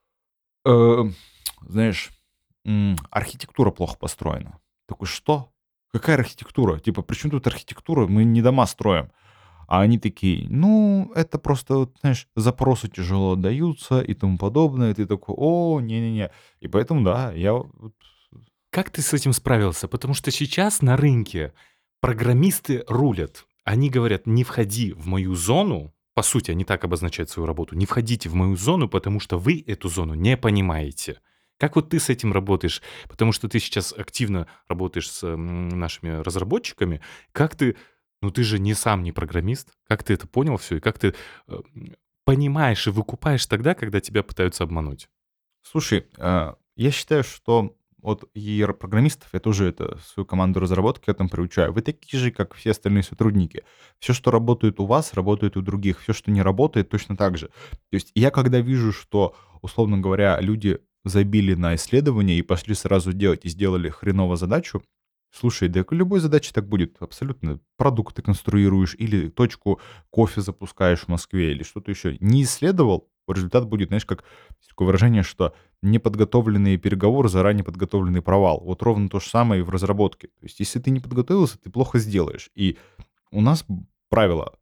«Э, знаешь, м, архитектура плохо построена. Такой, что? Какая архитектура? Типа, при чем тут архитектура? Мы не дома строим. А они такие, ну, это просто, вот, знаешь, запросы тяжело даются и тому подобное. И ты такой, о, не-не-не. И поэтому, да, я вот... Как ты с этим справился? Потому что сейчас на рынке программисты рулят. Они говорят, не входи в мою зону. По сути, они так обозначают свою работу. Не входите в мою зону, потому что вы эту зону не понимаете. Как вот ты с этим работаешь? Потому что ты сейчас активно работаешь с м, нашими разработчиками. Как ты, ну ты же не сам не программист. Как ты это понял все? И как ты э, м, понимаешь и выкупаешь тогда, когда тебя пытаются обмануть? Слушай, а, я считаю, что вот и р- программистов я тоже это, свою команду разработки к этому приучаю. Вы такие же, как все остальные сотрудники. Все, что работает у вас, работает и у других. Все, что не работает, точно так же. То есть я когда вижу, что, условно говоря, люди забили на исследование и пошли сразу делать, и сделали хреново задачу, слушай, да к любой задаче так будет абсолютно. Продукт ты конструируешь или точку кофе запускаешь в Москве или что-то еще. Не исследовал, результат будет, знаешь, как есть такое выражение, что неподготовленный переговор, заранее подготовленный провал. Вот ровно то же самое и в разработке. То есть если ты не подготовился, ты плохо сделаешь. И у нас правило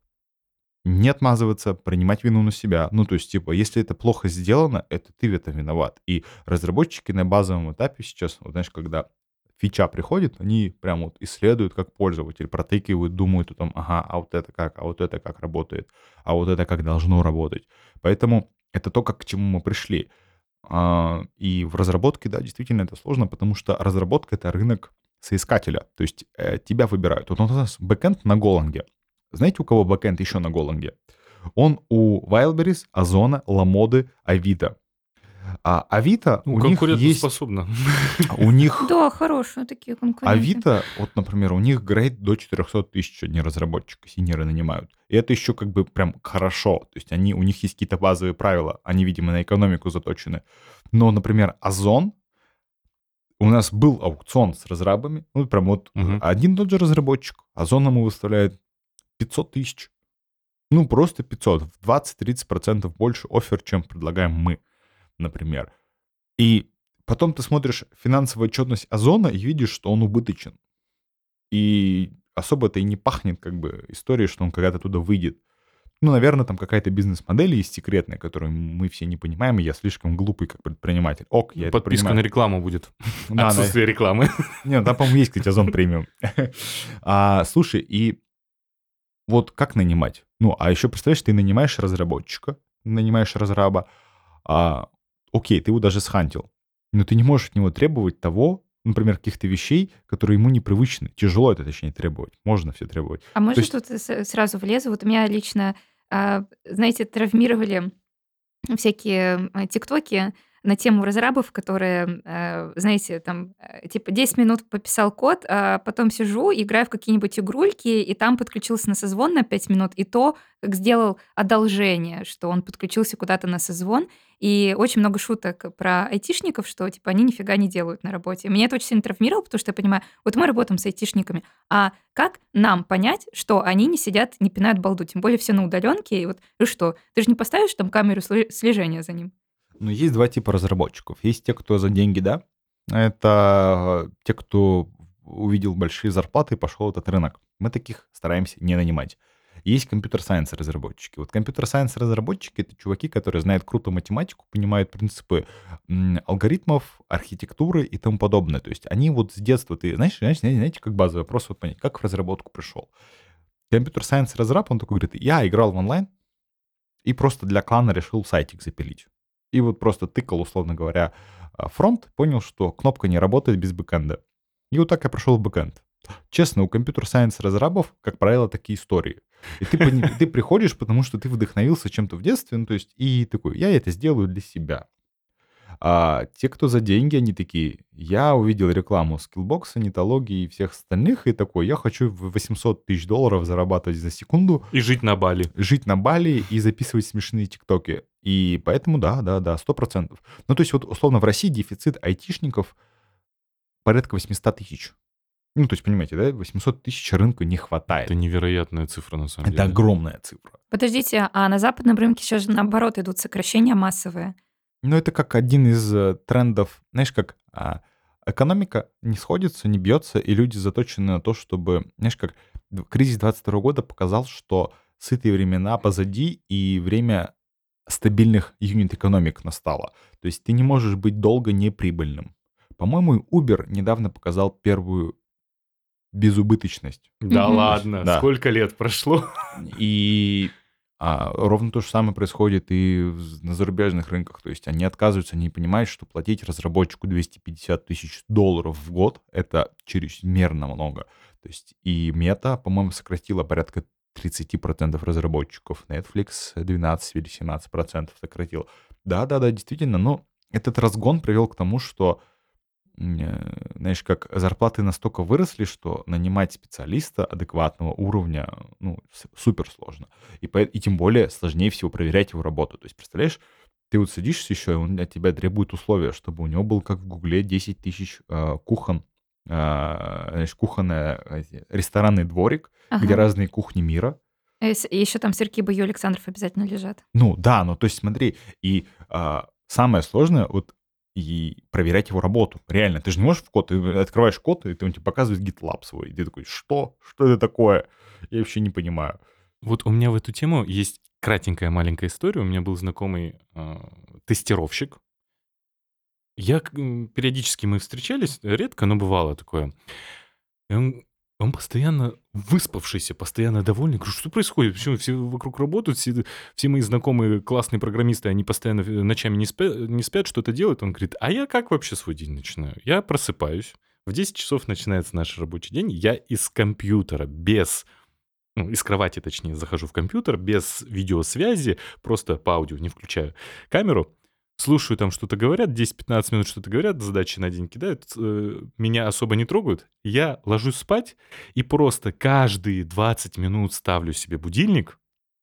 не отмазываться, принимать вину на себя. Ну, то есть, типа, если это плохо сделано, это ты в этом виноват. И разработчики на базовом этапе сейчас, вот знаешь, когда фича приходит, они прям вот исследуют как пользователь, протыкивают, думают, там, ага, а вот это как, а вот это как работает, а вот это как должно работать. Поэтому это то, как к чему мы пришли. А, И в разработке, да, действительно это сложно, потому что разработка — это рынок соискателя. То есть э, тебя выбирают. Вот у нас бэкэнд на Голанге. Знаете, у кого бэкэнд еще на Голанге? Он у Wildberries, Озона, Ламоды, Авито. А Авито, Ну, у них есть... конкурентоспособно. У них Да, хорошие такие конкуренты. Авито, вот, например, у них грейд до четыреста тысяч не разработчика, синеры нанимают. И это еще как бы прям хорошо. То есть они, у них есть какие-то базовые правила. Они, видимо, на экономику заточены. Но, например, Озон, у нас был аукцион с разрабами. Ну, прям вот Мгм. один и тот же разработчик. Озон ему выставляет пятьсот тысяч. Ну, просто пятьсот. В двадцать-тридцать процентов больше оффер, чем предлагаем мы, например. И потом ты смотришь финансовую отчетность Озона и видишь, что он убыточен. И особо это и не пахнет как бы историей, что он когда-то туда выйдет. Ну, наверное, там какая-то бизнес-модель есть секретная, которую мы все не понимаем, и я слишком глупый как предприниматель. Ок, я это Подписка на понимаю. рекламу будет. Да, на- Отсутствие рекламы. Нет, там, по-моему, есть, кстати, Озон премиум. А, слушай, и вот как нанимать? Ну, а еще представляешь, ты нанимаешь разработчика, нанимаешь разраба, а, окей, ты его даже схантил, но ты не можешь от него требовать того, например, каких-то вещей, которые ему непривычны. Тяжело это, точнее, требовать. Можно все требовать. А То можно есть, тут с- сразу влезу? Вот у меня лично, а, знаете, травмировали всякие м, тиктоки на тему разрабов, которые, э, знаете, там, э, типа десять минут пописал код, а потом сижу, играю в какие-нибудь игрульки, и там подключился на созвон на пять минут, и то, как сделал одолжение, что он подключился куда-то на созвон. И очень много шуток про айтишников, что типа они нифига не делают на работе. Меня это очень сильно травмировало, потому что я понимаю, вот мы работаем с айтишниками, а как нам понять, что они не сидят, не пинают балду, тем более все на удаленке, и вот и что? Ты же не поставишь там камеру сли- слежения за ним? Ну, есть два типа разработчиков. Есть те, кто за деньги, да, это те, кто увидел большие зарплаты и пошел в этот рынок. Мы таких стараемся не нанимать. Есть компьютер-сайенс разработчики. Вот компьютер-сайенс разработчики — это чуваки, которые знают круто математику, понимают принципы м, алгоритмов, архитектуры и тому подобное. То есть они вот с детства, ты знаешь, знаешь, знаете, как базовый вопрос вот понять, как в разработку пришел. Компьютер-сайенс разраб, он такой говорит, я играл в онлайн и просто для клана решил сайтик запилить. И вот просто тыкал, условно говоря, а, фронт, понял, что кнопка не работает без бэкэнда. И вот так я прошел в бэкэнд. Честно, у компьютер-сайенс разрабов, как правило, такие истории. И ты, пони- ты приходишь, потому что ты вдохновился чем-то в детстве, ну, то есть, и такой, я это сделаю для себя. А те, кто за деньги, они такие, я увидел рекламу скиллбокса, нетологии и всех остальных, и такой, я хочу в восемьсот тысяч долларов зарабатывать за секунду, И жить на Бали. жить на Бали и записывать смешные тиктоки. И поэтому, да, да, да, сто процентов. Ну, то есть, вот, условно, в России дефицит айтишников порядка восемьсот тысяч. Ну, то есть, понимаете, да, восемьсот тысяч рынка не хватает. Это невероятная цифра, на самом Это деле. огромная цифра. Подождите, а на западном рынке сейчас же наоборот идут сокращения массовые. Но это как один из э, трендов, знаешь, как а, экономика не сходится, не бьется, и люди заточены на то, чтобы, знаешь, как д- кризис двадцать второго года показал, что сытые времена позади, и время стабильных юнит-экономик настало. То есть ты не можешь быть долго неприбыльным. По-моему, Uber недавно показал первую безубыточность. Да Мгм. ладно, Да. сколько лет прошло? И а, ровно то же самое происходит и в- на зарубежных рынках. То есть они отказываются, они понимают, что платить разработчику двести пятьдесят тысяч долларов в год — это чрезмерно много. То есть и Мета, по-моему, сократила порядка тридцать процентов разработчиков. Netflix двенадцать или семнадцать процентов сократил. Да-да-да, действительно, но этот разгон привел к тому, что э, знаешь, как зарплаты настолько выросли, что нанимать специалиста адекватного уровня, ну, с- супер сложно. И, по- и тем более сложнее всего проверять его работу. То есть, представляешь, ты вот садишься еще, и он от тебя требует условия, чтобы у него был, как в Гугле, десять тысяч э, кухон, э, знаешь, кухонный эти, ресторанный дворик, где Ага. разные кухни мира. И еще там сырки Баю Александров обязательно лежат. Ну да, ну то есть смотри, и а, самое сложное вот и проверять его работу. Реально, ты же не можешь в код, ты открываешь код, и ты, он тебе показывает GitLab свой, и ты такой, что? Что это такое? Я вообще не понимаю. Вот у меня в эту тему есть кратенькая маленькая история. У меня был знакомый э, тестировщик. Я к- м, периодически мы встречались, э, редко, но бывало такое. И он, он постоянно выспавшийся, постоянно довольный. Говорю, что происходит? Почему все вокруг работают, все, все мои знакомые классные программисты, они постоянно э, ночами не спят, не спят, что-то делают. Он говорит, а я как вообще свой день начинаю? Я просыпаюсь, в десять часов начинается наш рабочий день, я из компьютера без ну, из кровати, точнее, захожу в компьютер без видеосвязи, просто по аудио, не включаю камеру, слушаю, там что-то говорят, десять-пятнадцать минут что-то говорят, задачи на день кидают, э, меня особо не трогают, я ложусь спать и просто каждые двадцать минут ставлю себе будильник,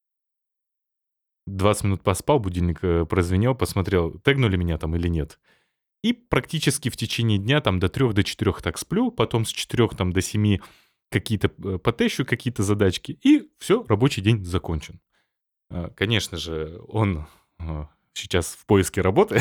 двадцать минут поспал, будильник э, прозвенел, посмотрел, тегнули меня там или нет. И практически в течение дня там до трех, до четырех так сплю, потом с четырех там до семи какие-то э, потещу, какие-то задачки, и все, рабочий день закончен. А, Конечно же, он а, сейчас в поиске работы.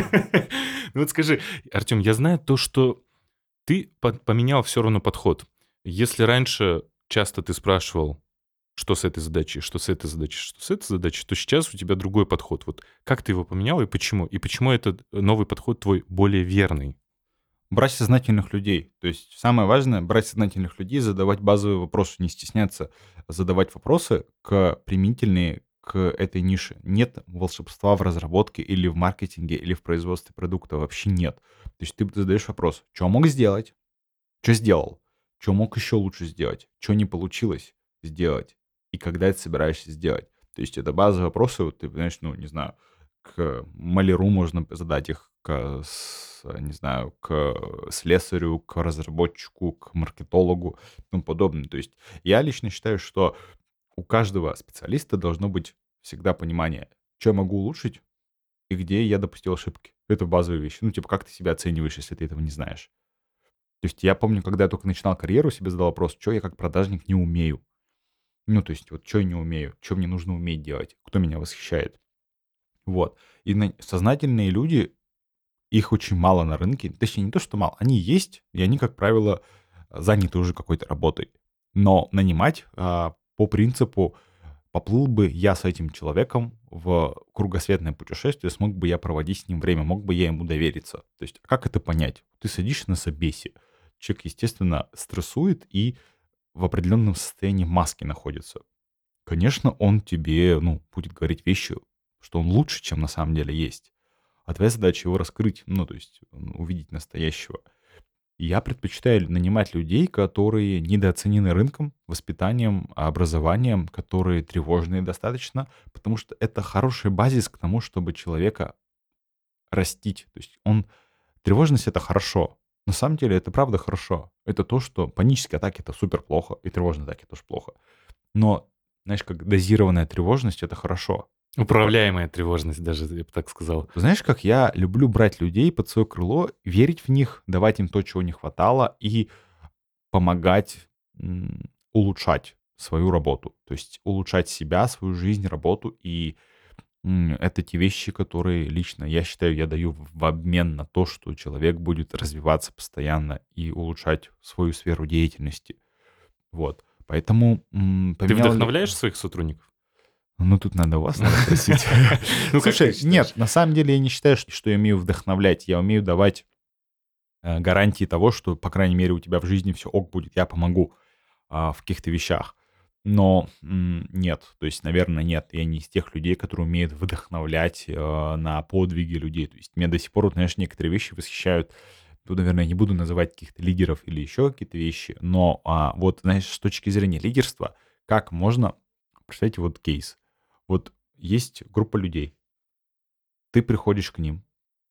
Ну вот скажи, Артем, я знаю то, что ты по- поменял все равно подход. Если раньше часто ты спрашивал, что с этой задачей, что с этой задачей, что с этой задачей, то сейчас у тебя другой подход. Вот как ты его поменял и почему? И почему этот новый подход твой более верный? Брать сознательных людей. То есть самое важное — брать сознательных людей, задавать базовые вопросы, не стесняться задавать вопросы к применительные к этой нише. Нет волшебства в разработке или в маркетинге, или в производстве продукта. Вообще нет. То есть ты задаешь вопрос, что мог сделать, что сделал, что мог еще лучше сделать, что не получилось сделать, и когда ты собираешься сделать. То есть это базовые вопросы, вот ты, знаешь, ну, не знаю, к маляру можно задать их, к, с- не знаю, к слесарю, к разработчику, к маркетологу и тому подобное. То есть я лично считаю, что у каждого специалиста должно быть всегда понимание, что я могу улучшить и где я допустил ошибки. Это базовые вещи. Ну, типа, как ты себя оцениваешь, если ты этого не знаешь? То есть я помню, когда я только начинал карьеру, себе задал вопрос, что я как продажник не умею. Ну, то есть вот что я не умею, что мне нужно уметь делать, кто меня восхищает. Вот. И на- сознательные люди, их очень мало на рынке. Точнее, не то, что мало, они есть, и они, как правило, заняты уже какой-то работой. Но нанимать а, по принципу, поплыл бы я с этим человеком в кругосветное путешествие, смог бы я проводить с ним время, мог бы я ему довериться. То есть как это понять? Ты садишься на собесе, человек, естественно, стрессует и в определенном состоянии маски находится. Конечно, он тебе, ну, будет говорить вещи, что он лучше, чем на самом деле есть. А твоя задача его раскрыть, ну, то есть м, увидеть настоящего. Я предпочитаю нанимать людей, которые недооценены рынком, воспитанием, образованием, которые тревожные достаточно, потому что это хороший базис к тому, чтобы человека растить. То есть он... Тревожность — это хорошо. На самом деле это правда хорошо. Это то, что панические атаки — это супер плохо, и тревожные атаки — тоже плохо. Но, знаешь, как дозированная тревожность — это хорошо. Это по- Управляемая тревожность даже, я бы так сказал. Знаешь, как я люблю брать людей под свое крыло, верить в них, давать им то, чего не хватало, и помогать м, улучшать свою работу. То есть улучшать себя, свою жизнь, работу. И м, это те вещи, которые лично, я считаю, я даю в в обмен на то, что человек будет развиваться постоянно и улучшать свою сферу деятельности. Вот. Поэтому м, Ты поменял ли... вдохновляешь своих сотрудников? Ну, тут надо у вас, надо спросить. Ну, как ты Слушай, нет, считаешь? на самом деле я не считаю, что что я умею вдохновлять. Я умею давать э, гарантии того, что, по крайней мере, у тебя в жизни все ок будет, я помогу а, в каких-то вещах. Но м, нет, то есть, наверное, нет. Я не из тех людей, которые умеют вдохновлять э, на подвиги людей. То есть меня до сих пор, вот, знаешь, некоторые вещи восхищают. Тут, наверное, не буду называть каких-то лидеров или еще какие-то вещи, но а, вот, знаешь, с точки зрения лидерства, как можно... Представьте, вот кейс. Вот есть группа людей, ты приходишь к ним,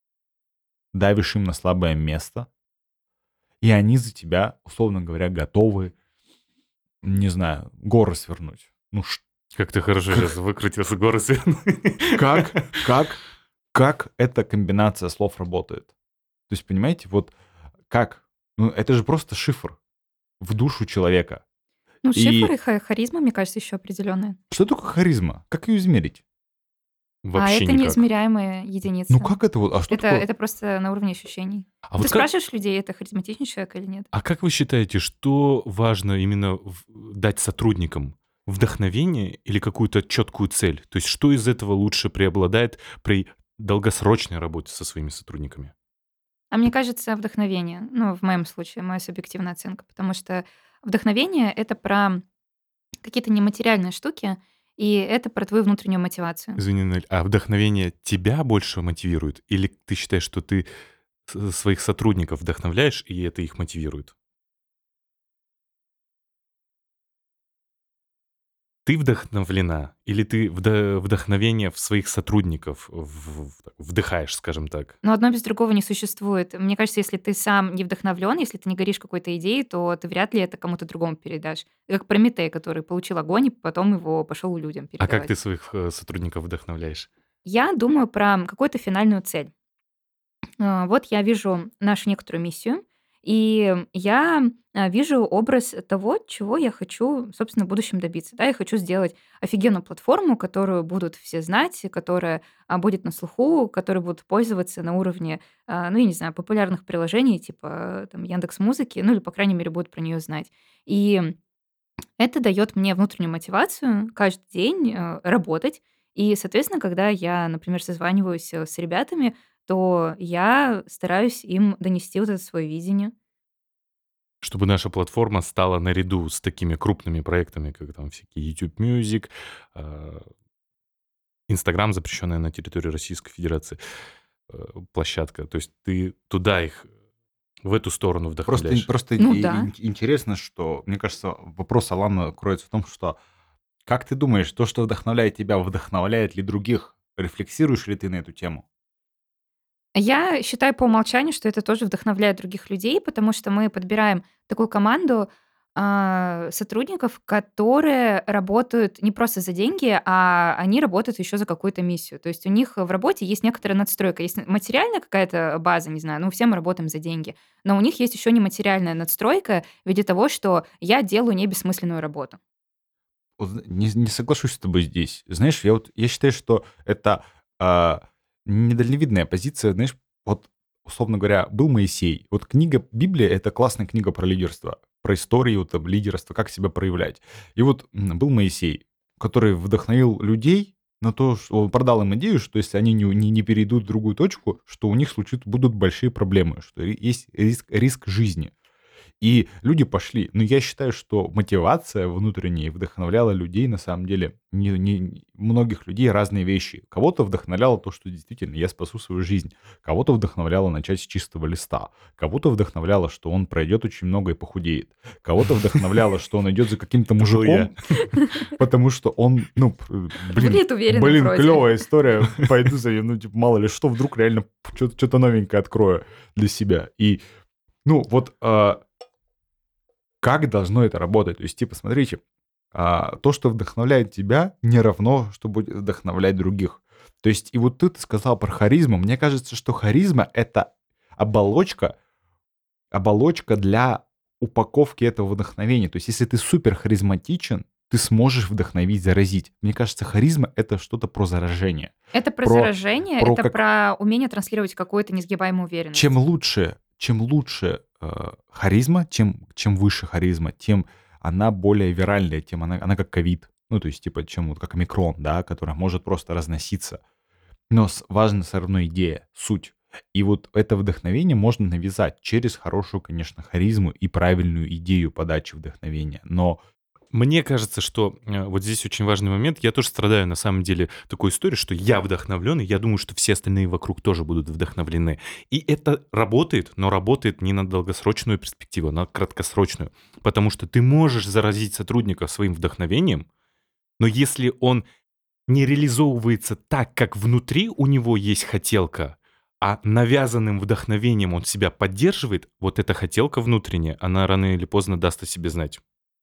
давишь им на слабое место, и они за тебя, условно говоря, готовы, не знаю, горы свернуть. Ну, ш- Как ты хорошо сейчас как, выкрутился, горы свернул. как, как, как эта комбинация слов работает? То есть, понимаете, вот как? Ну, это же просто шифр в душу человека. Ну, шифр и И ха- харизма, мне кажется, еще определенная. что такое харизма? Как ее измерить? А Вообще это никак. неизмеряемые Ну, единицы. как это вот? А что Это, такое? это просто на уровне ощущений. А Ты вот как, спрашиваешь людей, это харизматичный человек или нет? а как вы считаете, что важно именно в- дать сотрудникам? Вдохновение или какую-то четкую цель? То есть что из этого лучше преобладает при долгосрочной работе со своими сотрудниками? А мне кажется, вдохновение. Ну, в моем случае, моя субъективная оценка. Потому что вдохновение — это про какие-то нематериальные штуки, и это про твою внутреннюю мотивацию. Извини, Нель, а вдохновение тебя больше мотивирует? Или ты считаешь, что ты с- своих сотрудников вдохновляешь, и это их мотивирует? Ты вдохновлена или ты вда вдохновение в своих сотрудников в в вдыхаешь, скажем так? Но одно без другого не существует. Мне кажется, если ты сам не вдохновлен, если ты не горишь какой-то идеей, то ты вряд ли это кому-то другому передашь. Как Прометей, который получил огонь и потом его пошел людям А как передавать. ты своих, э, сотрудников вдохновляешь? Я думаю про какую-то финальную цель. А, Вот я вижу нашу некоторую миссию, и я а, вижу образ того, чего я хочу, собственно, в будущем добиться. Да, я хочу сделать офигенную платформу, которую будут все знать, и которая а, будет на слуху, которой будут пользоваться на уровне, а, ну, я не знаю, популярных приложений, типа там Яндекс Музыки, ну, или, по крайней мере, будут про нее знать. И это дает мне внутреннюю мотивацию каждый день э, работать. И, соответственно, когда я, например, созваниваюсь э, с ребятами, то я стараюсь им донести вот это свое видение. Чтобы наша платформа стала наряду с такими крупными проектами, как там всякие YouTube Music, а, Инстаграм, запрещенная на территории Российской Федерации, э, площадка. То есть ты туда их, в эту сторону Просто, вдохновляешь. просто Ну и- да. ин- интересно, что, мне кажется, вопрос Алана кроется в том, что как ты думаешь, то, что вдохновляет тебя, вдохновляет ли других? Рефлексируешь ли ты на эту тему? Я считаю по умолчанию, что это тоже вдохновляет других людей, потому что мы подбираем такую команду а, сотрудников, которые работают не просто за деньги, а они работают еще за какую-то миссию. То есть у них в работе есть некоторая надстройка. Есть материальная какая-то база, не знаю, ну все мы работаем за деньги, но у них есть еще нематериальная надстройка в виде того, что я делаю не бессмысленную работу. Вот зн- не, не соглашусь с тобой здесь. Знаешь, я вот я считаю, что это а, недальновидная позиция. Знаешь, вот условно говоря, был Моисей. Вот книга Библия — это классная книга про лидерство, про историю там, лидерства, как себя проявлять. И вот м, был Моисей, который вдохновил людей на то, что он продал им идею, что если они не, не, не перейдут в другую точку, что у них случится, будут большие проблемы, что ри- есть риск, риск жизни. И люди пошли. Но я считаю, что мотивация внутренняя вдохновляла людей, на самом деле, не, не- не- многих людей разные вещи. Кого-то вдохновляло то, что действительно я спасу свою жизнь. Кого-то вдохновляло начать с чистого листа. Кого-то вдохновляло, что он пройдет очень много и похудеет. Кого-то вдохновляло, что он идет за каким-то Это был я. мужиком, потому что он, ну, п- блин, Выглядит уверенно блин, вроде. клевая история, пойду за ним, ну, типа, мало ли что, вдруг реально что-то новенькое открою для себя. И, ну, вот а, как должно это работать? То есть, типа, смотрите, а, то, что вдохновляет тебя, не равно, что будет вдохновлять других. То есть, и вот ты, ты сказал про харизму. Мне кажется, что харизма — это оболочка, оболочка для упаковки этого вдохновения. То есть, если ты супер харизматичен, ты сможешь вдохновить, заразить. Мне кажется, харизма — это что-то про заражение. Это про Про, заражение, про это как про умение транслировать какую-то несгибаемую уверенность. чем лучше, чем лучше э, харизма, чем, чем выше харизма, тем она более виральная, тем она, она как ковид. Ну, то есть, типа, чем вот как омикрон, да, который может просто разноситься. Но с- важна все равно идея, суть. И вот это вдохновение можно навязать через хорошую, конечно, харизму и правильную идею подачи вдохновения. Но Мне кажется, что э, вот здесь очень важный момент. Я тоже страдаю, на самом деле, такой историей, что я вдохновлен, и я думаю, что все остальные вокруг тоже будут вдохновлены. И это работает, но работает не на долгосрочную перспективу, а на краткосрочную. Потому что ты можешь заразить сотрудника своим вдохновением, но если он не реализовывается так, как внутри у него есть хотелка, а навязанным вдохновением он себя поддерживает, вот эта хотелка внутренняя, она рано или поздно даст о себе знать.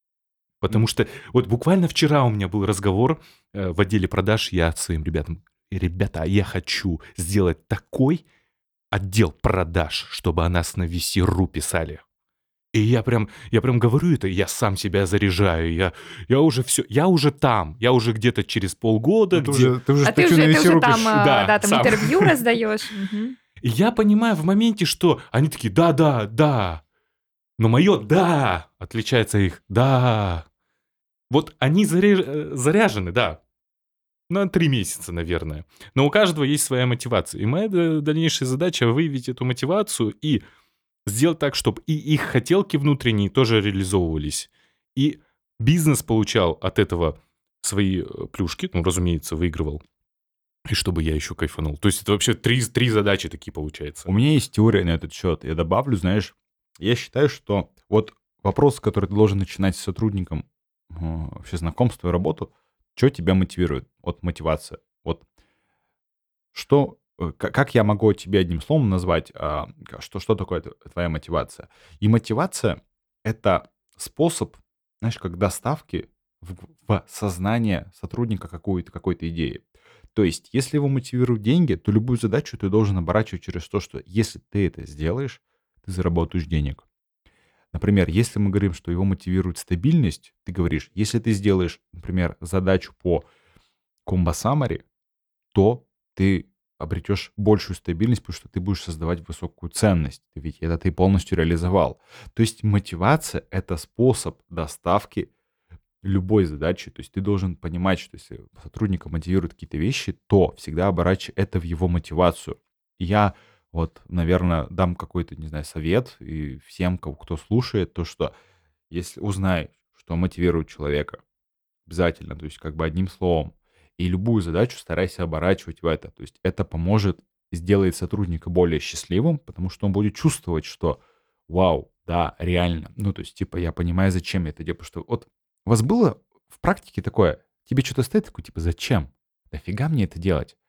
Потому что вот буквально вчера у меня был разговор э, в отделе продаж, я своим ребятам, ребята, я хочу сделать такой отдел продаж, чтобы о нас на ви си точка ру писали. И я прям, я прям говорю это, я сам себя заряжаю, я, я уже все, я уже там, я уже где-то через полгода, ну, ты где... уже, ты уже А ты статью уже, на ты весе уже рубишь. там, а, Да, да, там сам. интервью раздаешь. Мгм. И я понимаю в моменте, что они такие, да, да, да, но мое «да» отличается их «да». Вот они заря- э, заряжены, да, на три месяца, наверное. Но у каждого есть своя мотивация. И моя д- дальнейшая задача выявить эту мотивацию и сделать так, чтобы и их хотелки внутренние тоже реализовывались. И бизнес получал от этого свои э, плюшки, ну, разумеется, выигрывал. И чтобы я еще кайфанул. То есть это вообще три, три задачи такие получается. У меня есть теория на этот счет. Я добавлю, знаешь, я считаю, что вот вопрос, который ты должен начинать с сотрудником, э, вообще знакомство и работу, что тебя мотивирует? Вот мотивация. Вот что, э, ка- как я могу тебе одним словом назвать, а, ка- что, что такое т- твоя мотивация? И мотивация — это способ, знаешь, как доставки в, в сознание сотрудника какой-то какой-то идеи. То есть, если его мотивируют деньги, то любую задачу ты должен оборачивать через то, что если ты это сделаешь, ты заработаешь денег. Например, если мы говорим, что его мотивирует стабильность, ты говоришь, если ты сделаешь, например, задачу по Combo Summary, то ты обретешь большую стабильность, потому что ты будешь создавать высокую ценность. Ты ведь это ты полностью реализовал. То есть мотивация — это способ доставки любой задачи. То есть ты должен понимать, что если сотрудника мотивируют какие-то вещи, то всегда оборачивай это в его мотивацию. И я вот, наверное, дам какой-то, не знаю, совет и всем, кого- кто слушает, то, что если узнай, что мотивирует человека, обязательно, то есть как бы одним словом, и любую задачу старайся оборачивать в это. То есть это поможет, сделает сотрудника более счастливым, потому что он будет чувствовать, что вау, да, реально. Ну, то есть, типа, я понимаю, зачем я это делаю. Потому что вот у вас было в практике такое, тебе что-то стоит такое, типа, зачем? Нафига мне это делать?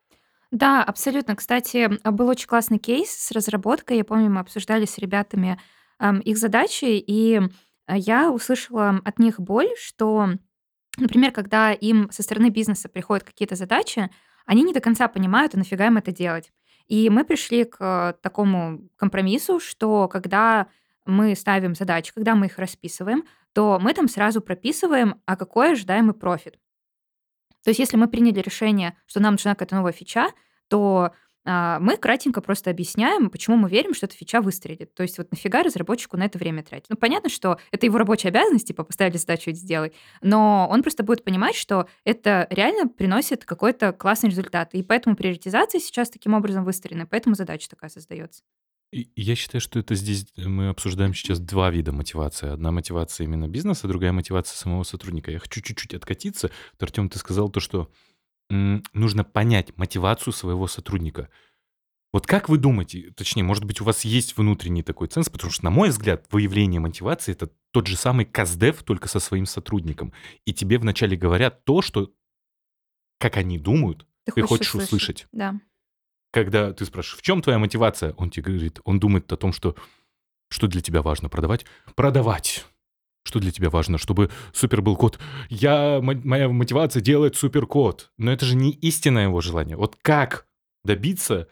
Да, абсолютно. Кстати, а, был очень классный кейс с разработкой. Я помню, мы обсуждали с ребятами, ам, их задачи, и, а, я услышала от них боль, что, например, когда им со стороны бизнеса приходят какие-то задачи, они не до конца понимают, а нафига им это делать. И мы пришли к э, такому компромиссу, что когда мы ставим задачи, когда мы их расписываем, то мы там сразу прописываем, а какой ожидаемый профит. То есть если мы приняли решение, что нам нужна какая-то новая фича, то, а, мы кратенько просто объясняем, почему мы верим, что эта фича выстрелит. То есть вот нафига разработчику на это время тратить? Ну, понятно, что это его рабочая обязанность, типа поставили задачу это сделай, но он просто будет понимать, что это реально приносит какой-то классный результат. И поэтому приоритизация сейчас таким образом выстроена, поэтому задача такая создается. И я считаю, что это здесь э, мы обсуждаем сейчас два вида мотивации. Одна мотивация именно бизнеса, другая мотивация самого сотрудника. Я хочу чуть-чуть откатиться. Вот, Артем, ты сказал то, что м, нужно понять мотивацию своего сотрудника. Вот как вы думаете, точнее, может быть, у вас есть внутренний такой ценз, потому что, на мой взгляд, выявление мотивации — это тот же самый каздев, только со своим сотрудником. И тебе вначале говорят то, что, как они думают, Ты ты хочешь хочешь услышать. услышать. Да. Когда ты спрашиваешь, в чем твоя мотивация, он тебе говорит, он думает о том, что что для тебя важно продавать? Продавать. Что для тебя важно? Чтобы супер был код. Я, мо- моя мотивация делать суперкод. Но это же не истинное его желание. Вот как добиться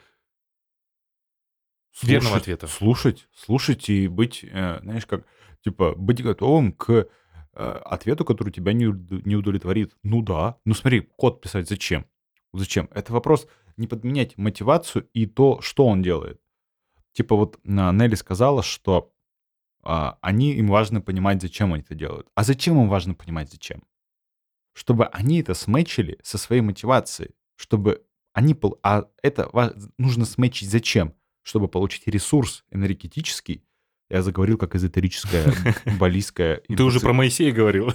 верного Слушать, ответа? слушать, слушать и быть, э, знаешь, как, типа, быть готовым к э, ответу, который тебя не, уд- не удовлетворит. Ну да. Ну смотри, код писать зачем? Зачем? Это вопрос не подменять мотивацию и то, что он делает. Типа вот а, Нелли сказала, что а, они, им важно понимать, зачем они это делают. А зачем им важно понимать, зачем? Чтобы они это сметчили со своей мотивацией, чтобы они... пол- А это ва- нужно сметчить зачем? Чтобы получить ресурс энергетический. Я заговорил как эзотерическая, баллистская Ты уже про инфо. Моисея говорил.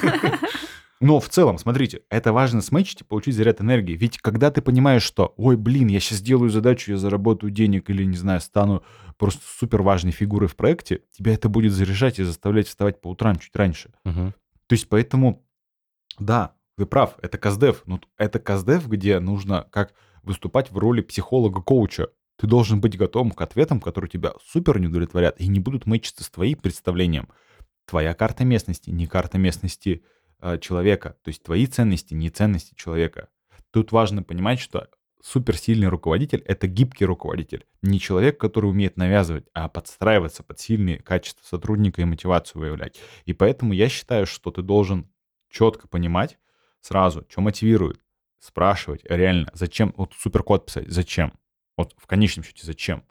Но в целом, смотрите, это важно сметчить и получить заряд энергии. Ведь когда ты понимаешь, что, ой, блин, я сейчас сделаю задачу, я заработаю денег или, не знаю, стану просто супер важной фигурой в проекте, тебя это будет заряжать и заставлять вставать по утрам чуть раньше. Мгм. То есть поэтому да, ты прав, это каздев. Ну, т- это каздев, где нужно как выступать в роли психолога-коуча. Ты должен быть готовым к ответам, которые тебя супер не удовлетворят и не будут мэчиться с твоим представлением. Твоя карта местности, не карта местности э, человека. То есть твои ценности, не ценности человека. Тут важно понимать, что суперсильный руководитель — это гибкий руководитель. Не человек, который умеет навязывать, а подстраиваться под сильные качества сотрудника и мотивацию выявлять. И поэтому я считаю, что ты должен четко понимать сразу, что мотивирует, спрашивать реально, зачем, вот суперкод писать, зачем, вот в конечном счете зачем.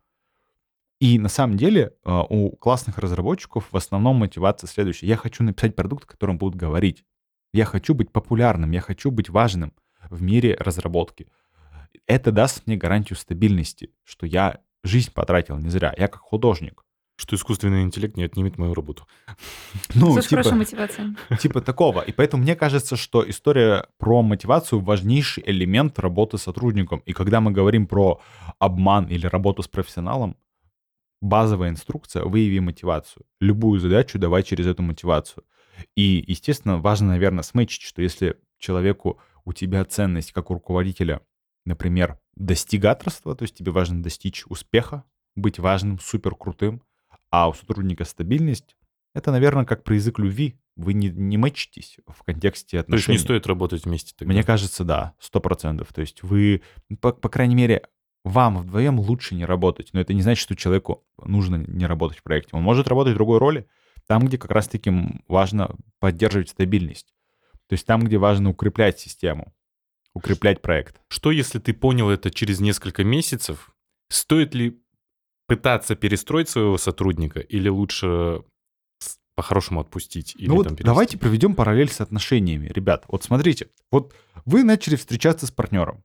И на самом деле а, у классных разработчиков в основном мотивация следующая. Я хочу написать продукт, о котором будут говорить. Я хочу быть популярным, я хочу быть важным в мире разработки. Это даст мне гарантию стабильности, что я жизнь потратил не зря. Я как художник. Что искусственный интеллект не отнимет мою работу. Ну, Слушай, хорошая типа, мотивация. типа такого. И поэтому мне кажется, что история про мотивацию — важнейший элемент работы с сотрудником. И когда мы говорим про обман или работу с профессионалом, базовая инструкция — выяви мотивацию. Любую задачу давай через эту мотивацию. И, естественно, важно, наверное, сметчить, что если человеку, у тебя ценность как у руководителя, например, достигаторство, то есть тебе важно достичь успеха, быть важным, супер крутым, а у сотрудника стабильность — это, наверное, как про язык любви. Вы не, не мэчитесь в контексте То есть не отношений. стоит работать вместе Мне тогда. кажется, да, сто процентов. То есть вы, ну, по, по крайней мере, вам вдвоем лучше не работать. Но это не значит, что человеку нужно не работать в проекте. Он может работать в другой роли, там, где как раз-таки м, важно поддерживать стабильность. То есть там, где важно укреплять систему, укреплять проект. Что, если ты понял это через несколько месяцев? Стоит ли пытаться перестроить своего сотрудника или лучше с- по-хорошему отпустить Ну или вот там давайте перевести? проведем параллель с отношениями. Ребят, вот смотрите, вот вы начали встречаться с партнером.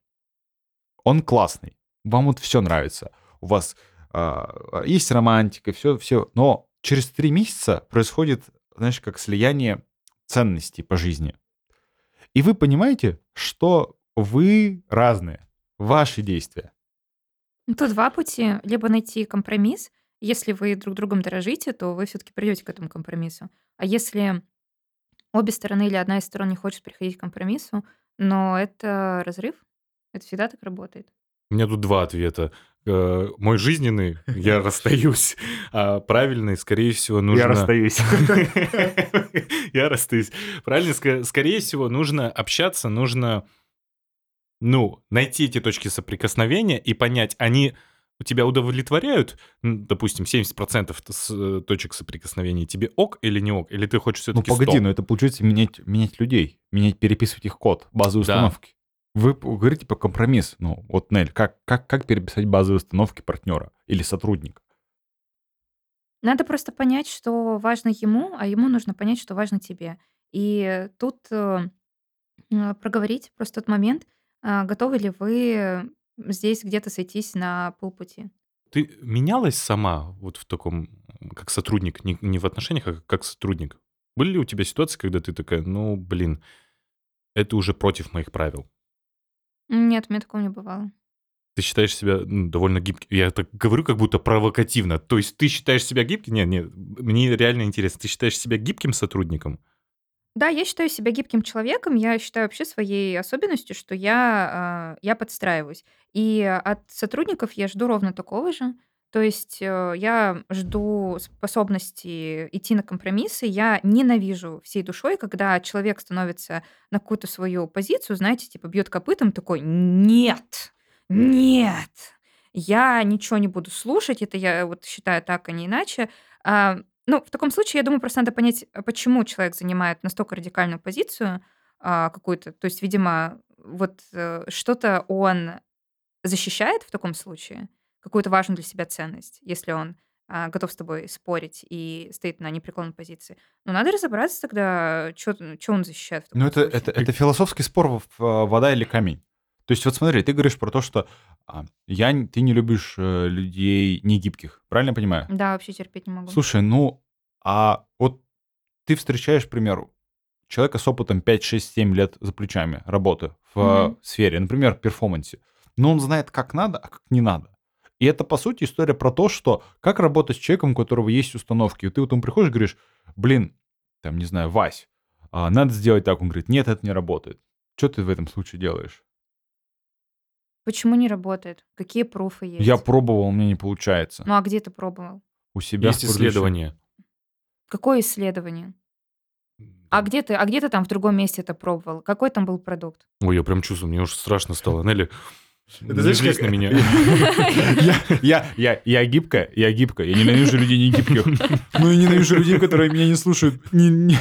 Он классный, вам вот все нравится, у вас а, есть романтика, все, все, но через три месяца происходит, знаешь, как слияние ценностей по жизни. И вы понимаете, что вы разные, ваши действия. Ну, тут два пути. Либо найти компромисс. Если вы друг другом дорожите, то вы все таки придете к этому компромиссу. А если обе стороны или одна из сторон не хочет приходить к компромиссу, но это разрыв. Это всегда так работает. У меня тут два ответа. Э, Мой жизненный, я расстаюсь, а правильный, скорее всего, Я нужно... расстаюсь. Я расстаюсь. Правильно, ска- скорее всего, нужно общаться, нужно, ну, найти эти точки соприкосновения и понять, они у тебя удовлетворяют, м, допустим, семьдесят процентов с, э, точек соприкосновения, тебе ок или не ок, или ты хочешь Ну все-таки погоди, сто? но это получается менять, менять людей, менять, переписывать их код, базовые Да. установки. Вы п- говорите про компромисс. Ну вот, Нель, как, как, как переписать базовые установки партнера или сотрудника? Надо просто понять, что важно ему, а ему нужно понять, что важно тебе. И тут э, э, проговорить просто тот момент, а, готовы ли вы здесь где-то сойтись на полпути. Ты менялась сама вот в таком, м, как сотрудник, не, не в отношениях, а как сотрудник? Были ли у тебя ситуации, когда ты такая, ну, блин, это уже против моих правил? Нет, у меня такого не бывало. Ты считаешь себя, ну, довольно гибким. Я так говорю, как будто провокативно. То есть ты считаешь себя гибким? Нет, нет, мне реально интересно. Ты считаешь себя гибким сотрудником? Да, я считаю себя гибким человеком. Я считаю вообще своей особенностью, что я, а, я подстраиваюсь. И от сотрудников я жду ровно такого же. То есть э, я жду способности идти на компромиссы. Я ненавижу всей душой, когда человек становится на какую-то свою позицию, знаете, типа бьет копытом, такой: нет, нет, я ничего не буду слушать. Это я вот считаю так, а не иначе. А, ну, в таком случае, я думаю, просто надо понять, а почему человек занимает настолько радикальную позицию, а, какую-то. То есть, видимо, вот, э, что-то он защищает в таком случае, какую-то важную для себя ценность, если он, а, готов с тобой спорить и стоит на непреклонной позиции. Но надо разобраться тогда, что он защищает в Ну таком это, это, случае. это философский спор в- в- вода или камень. То есть вот смотри, ты говоришь про то, что а, я, н- ты не любишь э, людей негибких, правильно я понимаю? Да, вообще терпеть не могу. Слушай, ну, а вот ты встречаешь, к примеру, человека с опытом пять, шесть, семь лет за плечами работы в Мгм. э, сфере, например, перформансе, но он знает, как надо, а как не надо. И это, по сути, история про то, что как работать с человеком, у которого есть установки. И ты вот ему приходишь и говоришь: блин, там, не знаю, Вась, а, надо сделать так. Он говорит: нет, это не работает. Что ты в этом случае делаешь? Почему не работает? Какие пруфы Я есть? пробовал, у меня не получается. Ну, а где ты пробовал? У себя в Есть предыдущем. исследование. Какое исследование? А Там- где ты а где ты там в другом месте это пробовал? Какой там был продукт? Ой, я прям чувствую, мне уже страшно стало. Нелли, Это не знаешь, злись как... на меня. Я, я, я, я гибкая, я гибкая, я ненавижу людей не гибких. Ну и ненавижу людей, которые меня не слушают. Не- не.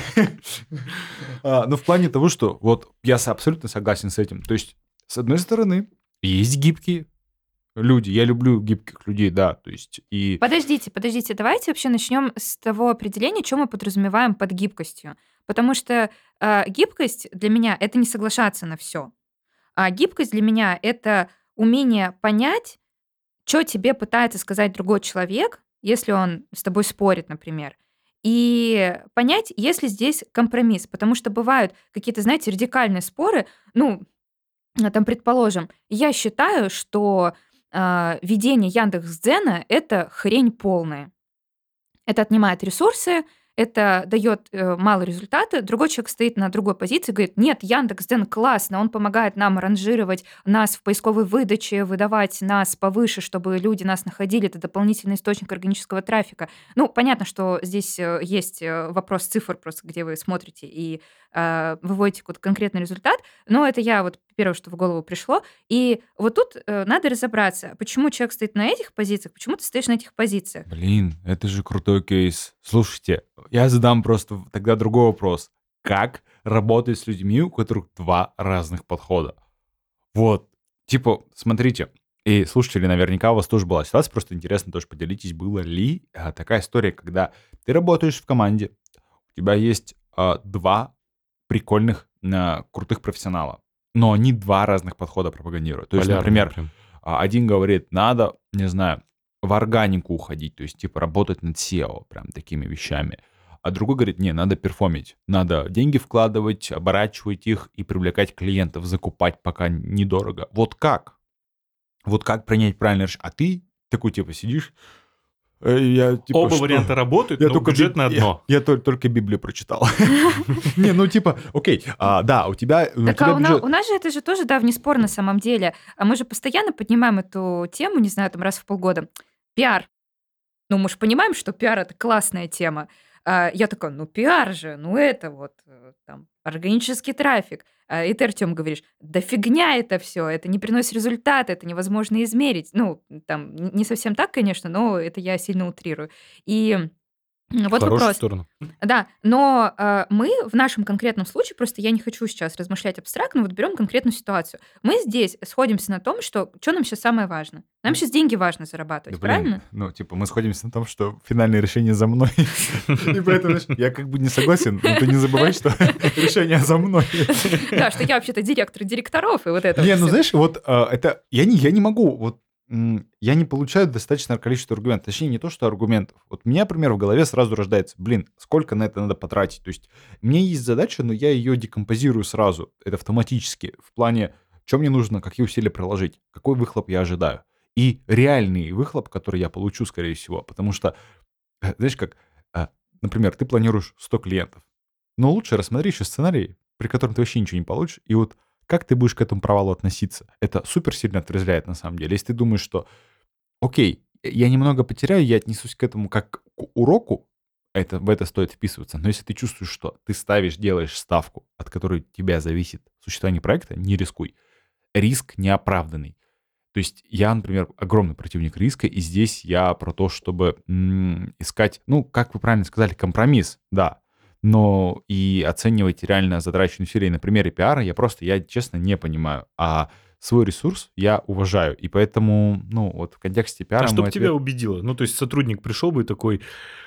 А, Но в плане того, что вот я с- абсолютно согласен с этим. То есть, с одной стороны, есть гибкие люди. Я люблю гибких людей, да. То есть, и Подождите, подождите, давайте вообще начнем с того определения, чё мы подразумеваем под гибкостью. Потому что, а, гибкость для меня — это не соглашаться на все. А гибкость для меня — это умение понять, что тебе пытается сказать другой человек, если он с тобой спорит, например. И понять, есть ли здесь компромисс. Потому что бывают какие-то, знаете, радикальные споры. Ну, а, там, предположим, я считаю, что, а, ведение "Яндекс.Дзена" — это хрень полная. Это отнимает ресурсы, это дает э, мало результата. Другой человек стоит на другой позиции и говорит: нет, Яндекс.Дзен классно, он помогает нам ранжировать нас в поисковой выдаче, выдавать нас повыше, чтобы люди нас находили, это дополнительный источник органического трафика. Ну, понятно, что здесь э, есть э, вопрос цифр, просто где вы смотрите и э, выводите какой-то конкретный результат, но это я вот первое, что в голову пришло. И вот тут э, надо разобраться, почему человек стоит на этих позициях, почему ты стоишь на этих позициях. блин, это же крутой кейс. Слушайте, я задам просто тогда другой вопрос. Как работать с людьми, у которых два разных подхода? Вот, типа, смотрите, и слушатели, наверняка у вас тоже была ситуация, просто интересно тоже поделитесь, была ли а, такая история, когда ты работаешь в команде, у тебя есть а, два прикольных, а, крутых профессионала, но они два разных подхода пропагандируют. То есть, Полярные например, прям. а, один говорит, надо, не знаю, в органику уходить, то есть, типа, работать над сео, прям такими вещами. А другой говорит, не, надо перформить, надо деньги вкладывать, оборачивать их и привлекать клиентов, закупать пока недорого. Вот как? Вот как принять правильное решение? А ты такой, типа, сидишь, Э, Я типа Оба что? варианта работают, Я но только бюджет биб- на я, одно. я тол- только Библию прочитал. Не, ну типа, окей, а, да, у тебя, у Так тебя а у, на- бюджет. у нас же это же тоже давний спор на самом деле. А мы же постоянно поднимаем эту тему, не знаю, там раз в полгода. Пиар. Ну, мы же понимаем, что пиар это классная тема. А я такая, ну пиар же, ну это вот э, там органический трафик. А, и ты, Артем, говоришь, да фигня это все, это не приносит результата, это невозможно измерить. Ну, там н- не совсем так, конечно, но это я сильно утрирую. И м, В вот хорошую вопрос. сторону. Да, но э, мы в нашем конкретном случае, просто я не хочу сейчас размышлять абстрактно, вот берем конкретную ситуацию. Мы здесь сходимся на том, что что нам сейчас самое важное. Нам Ну, сейчас деньги важно да зарабатывать, блин, правильно? ну типа мы сходимся на том, что финальное решение за мной. И поэтому, знаешь, я как бы не согласен, но ты не забывай, что решение за мной. Да, что я вообще-то директор директоров, и вот это вот Не, ну все. знаешь, вот а, это я не, я не могу, вот м, я не получаю достаточное количество аргументов. Точнее, не то, что аргументов. Вот у меня, например, в голове сразу рождается, блин, сколько на это надо потратить. То есть мне есть задача, но я ее декомпозирую сразу. Это автоматически. В плане, что мне нужно, какие усилия приложить, какой выхлоп я ожидаю. И реальный выхлоп, который я получу, скорее всего. Потому что, э, знаешь, как, а, например, ты планируешь сто клиентов. Но лучше рассмотри еще сценарий, при котором ты вообще ничего не получишь, и вот как ты будешь к этому провалу относиться. Это супер сильно отрезвляет на самом деле. Если ты думаешь, что, окей, я немного потеряю, я отнесусь к этому как к уроку, это, в это стоит вписываться. Но если ты чувствуешь, что ты ставишь, делаешь ставку, от которой от тебя зависит существование проекта, не рискуй. Риск неоправданный. То есть я, например, огромный противник риска, и здесь я про то, чтобы м, искать, ну, как вы правильно сказали, компромисс, да, но и оценивать реально затраченные усилия на примере пиара я просто, я честно не понимаю. А свой ресурс я уважаю, и поэтому, ну, вот в контексте А пиара что мой бы тебя ответ... убедило? Ну, то есть сотрудник пришел бы и такой,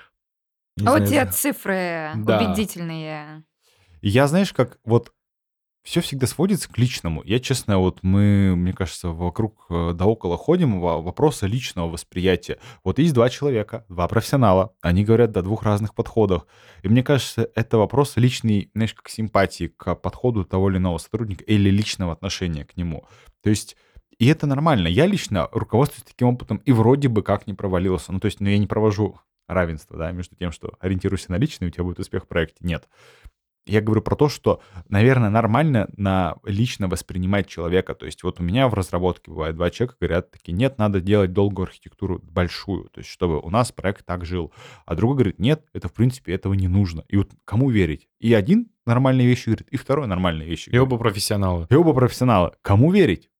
не А вот знаю, те за- цифры да. убедительные. Я, знаешь, как вот все всегда сводится к личному. Я, честно, вот мы, мне кажется, вокруг э, да около ходим, во- вопроса личного восприятия. Вот есть два человека, два профессионала, они говорят о двух разных подходах. И мне кажется, это вопрос личной, знаешь, как симпатии к подходу того или иного сотрудника или личного отношения к нему. То есть, и это нормально. Я лично руководствуюсь таким опытом и вроде бы как не провалился. Ну, то есть, ну, я не провожу равенство, да, между тем, что ориентируйся на личный, у тебя будет успех в проекте. Нет. Я говорю про то, что, наверное, нормально на лично воспринимать человека. То есть вот у меня в разработке бывает два человека говорят такие, нет, надо делать долгую архитектуру большую, то есть чтобы у нас проект так жил. А другой говорит, нет, это в принципе этого не нужно. И вот кому верить? И один нормальные вещи говорит, и второй нормальные вещи И говорит. оба профессионалы. И оба профессионалы. Кому верить?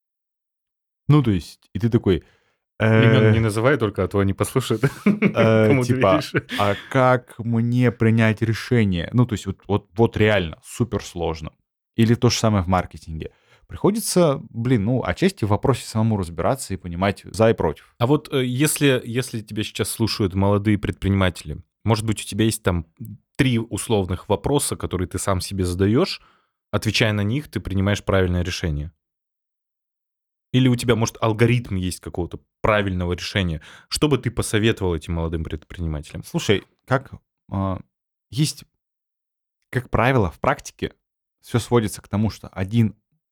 Ну, то есть, и ты такой... Имен не э, называй, только а то они послушают, э, кому ты типа, веришь. а как мне принять решение? Ну, то есть вот, вот, вот реально супер сложно. Или то же самое в маркетинге. Приходится, блин, ну, отчасти в вопросе самому разбираться и понимать за и против. А вот э, если, если тебя сейчас слушают молодые предприниматели, может быть, у тебя есть там три условных вопроса, которые ты сам себе задаешь, отвечая на них, ты принимаешь правильное решение? Или у тебя, может, алгоритм есть какого-то правильного решения? Что бы ты посоветовал этим молодым предпринимателям? Слушай, как а, есть, как правило, в практике все сводится к тому, что один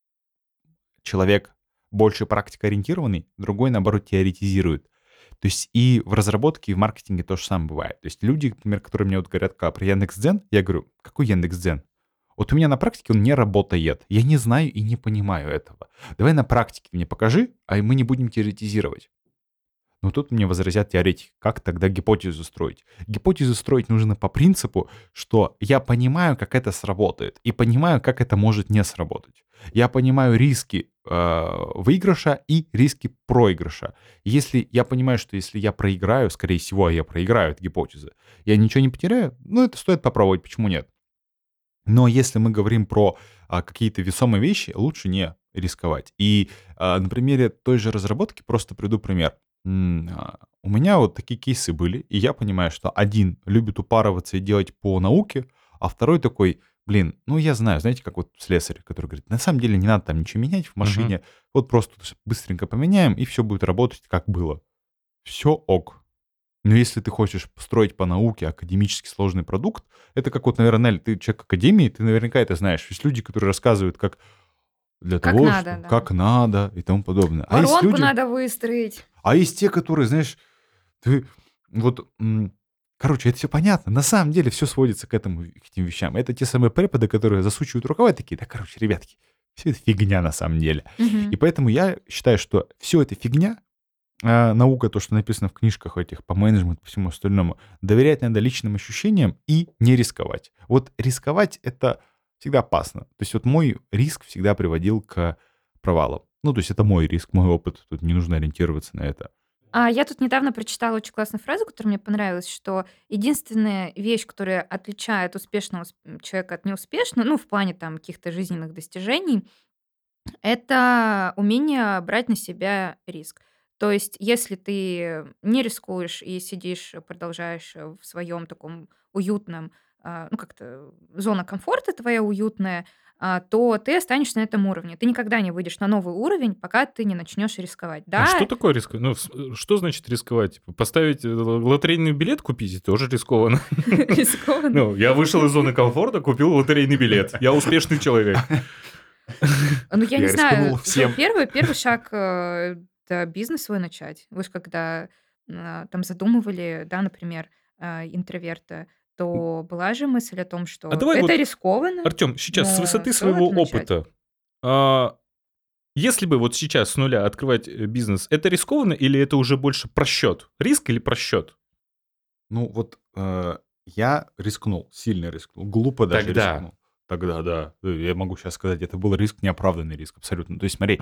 человек больше практикоориентированный, другой, наоборот, теоретизирует. То есть и в разработке, и в маркетинге то же самое бывает. То есть люди, например, которые мне вот говорят как про Яндекс.Дзен, я говорю, какой Яндекс.Дзен? Вот у меня на практике он не работает. Я не знаю и не понимаю этого. Давай на практике мне покажи, а мы не будем теоретизировать. Но тут мне возразят теоретики, как тогда гипотезу строить? Гипотезу строить нужно по принципу, что я понимаю, как это сработает, и понимаю, как это может не сработать. Я понимаю риски э, выигрыша и риски проигрыша. Если я понимаю, что если я проиграю, скорее всего, я проиграю от гипотезы, я ничего не потеряю, ну, это стоит попробовать, почему нет? Но если мы говорим про а, какие-то весомые вещи, лучше не рисковать. И а, на примере той же разработки просто приведу пример. М, а, У меня вот такие кейсы были, и я понимаю, что один любит упарываться и делать по науке, а второй такой, блин, ну я знаю, знаете, как вот слесарь, который говорит, на самом деле не надо там ничего менять в Мгм. машине, вот просто быстренько поменяем, и все будет работать как было. Все ок. Но если ты хочешь построить по науке академически сложный продукт, это как вот, наверное, Нель, ты человек академии, ты наверняка это знаешь. Есть люди, которые рассказывают, как для Как того, надо, что, да. как надо и тому подобное. А есть Воронку люди, надо выстроить. а есть те, которые, знаешь, ты вот, м, короче, это все понятно. На самом деле все сводится к этому, к этим вещам. Это те самые преподы, которые засучивают рукава и такие: да, короче, ребятки, все это фигня на самом деле. И Мгм. поэтому я считаю, что все это фигня, а наука, то, что написано в книжках этих по менеджменту, по всему остальному, доверять надо личным ощущениям и не рисковать. Вот рисковать — это всегда опасно. То есть вот мой риск всегда приводил к провалам. Ну, то есть это мой риск, мой опыт. Тут не нужно ориентироваться на это. А я тут недавно прочитала очень классную фразу, которая мне понравилась, что единственная вещь, которая отличает успешного с- м, человека от неуспешного, ну, в плане там каких-то жизненных достижений, это умение брать на себя риск. То есть, если ты не рискуешь и сидишь, э, продолжаешь э, в своем таком уютном, а, ну, как-то зона комфорта твоя уютная, а, то ты останешься на этом уровне. Ты никогда не выйдешь на новый уровень, пока ты не начнешь рисковать. А что Да, такое рисковать? Ну, с- э, что значит рисковать? Типа, поставить э, л- лотерейный билет купить — тоже рискованно. рискованно. Ну, я вышел из зоны комфорта, купил лотерейный билет. Я успешный человек. Ну, я не Я рискнул знаю, ну, всем. первый, первый шаг э, это бизнес свой начать. Вы же когда а, там задумывали, да, например, а, интроверта, то была же мысль о том, А что давай это вот, рискованно, Артем, сейчас с но высоты стоит своего начать. опыта, а, если бы вот сейчас с нуля открывать э, бизнес, это рискованно или это уже больше просчет? Риск или просчет? Ну вот э, я рискнул, сильно рискнул, глупо даже Тогда. рискнул. Тогда, да. Э, Я могу сейчас сказать, это был риск, неоправданный риск, абсолютно. То есть смотри,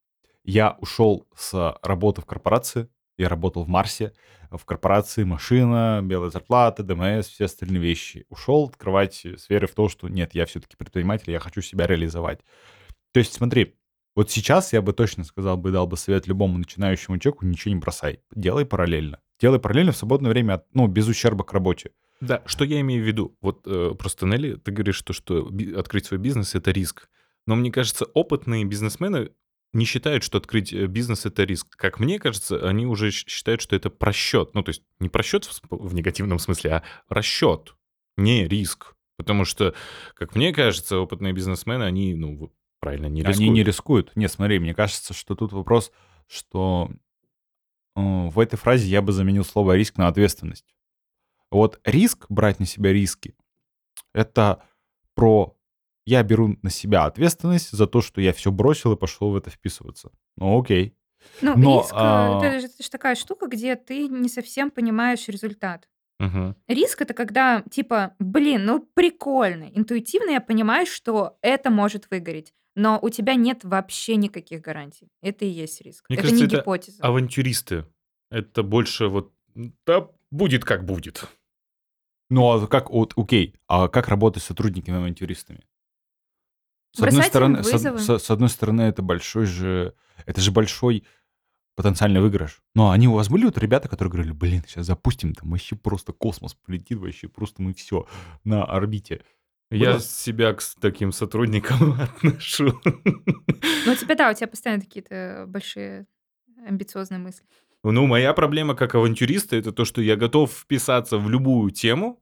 я ушел с работы в корпорации, я работал в Марсе, в корпорации машина, белая зарплата, ДМС, все остальные вещи. Ушел открывать с верой в то, что нет, я все-таки предприниматель, я хочу себя реализовать. То есть смотри, вот сейчас я бы точно сказал бы, дал бы совет любому начинающему человеку: ничего не бросай, делай параллельно. Делай параллельно в свободное время, от- ну, без ущерба к работе. Да, что я имею в виду? Вот э, просто, Нелли, ты говоришь, что, что би- открыть свой бизнес — это риск. Но мне кажется, опытные бизнесмены не считают, что открыть э, бизнес — это риск. Как мне кажется, они уже щ- считают, что это просчет. Ну, то есть не просчет в, с- в негативном смысле, а расчет, не риск. Потому что, как мне кажется, опытные бизнесмены, они, ну, вот правильно, не Они не рискуют. рискуют. Не, смотри, мне кажется, что тут вопрос, что э, в этой фразе я бы заменил слово риск на ответственность. Вот риск, брать на себя риски, это про я беру на себя ответственность за то, что я все бросил и пошел в это вписываться. Ну, окей. Ну, Но риск э, а, это же это ж такая штука, где ты не совсем понимаешь результат. Мгм. Риск это когда, типа, блин, ну прикольно. Интуитивно я понимаю, что это может выгореть. Но у тебя нет вообще никаких гарантий. Это и есть риск. Мне Это кажется, не это гипотеза. авантюристы. Это больше вот, м, да, будет как будет. ну а как, вот, окей, а как работать с сотрудниками-авантюристами? С одной Бросать им стороны, с, од- вызовы. с- с одной стороны, это большой же, это же большой потенциальный выигрыш. Но они у вас были вот ребята, которые говорили: блин, сейчас запустим, там вообще просто космос полетит, вообще просто мы все на орбите. Я Было? себя к с таким сотрудникам отношу. Но у тебя, да, у тебя постоянно какие-то большие амбициозные мысли. Ну, моя проблема как авантюриста — это то, что я готов вписаться в любую тему,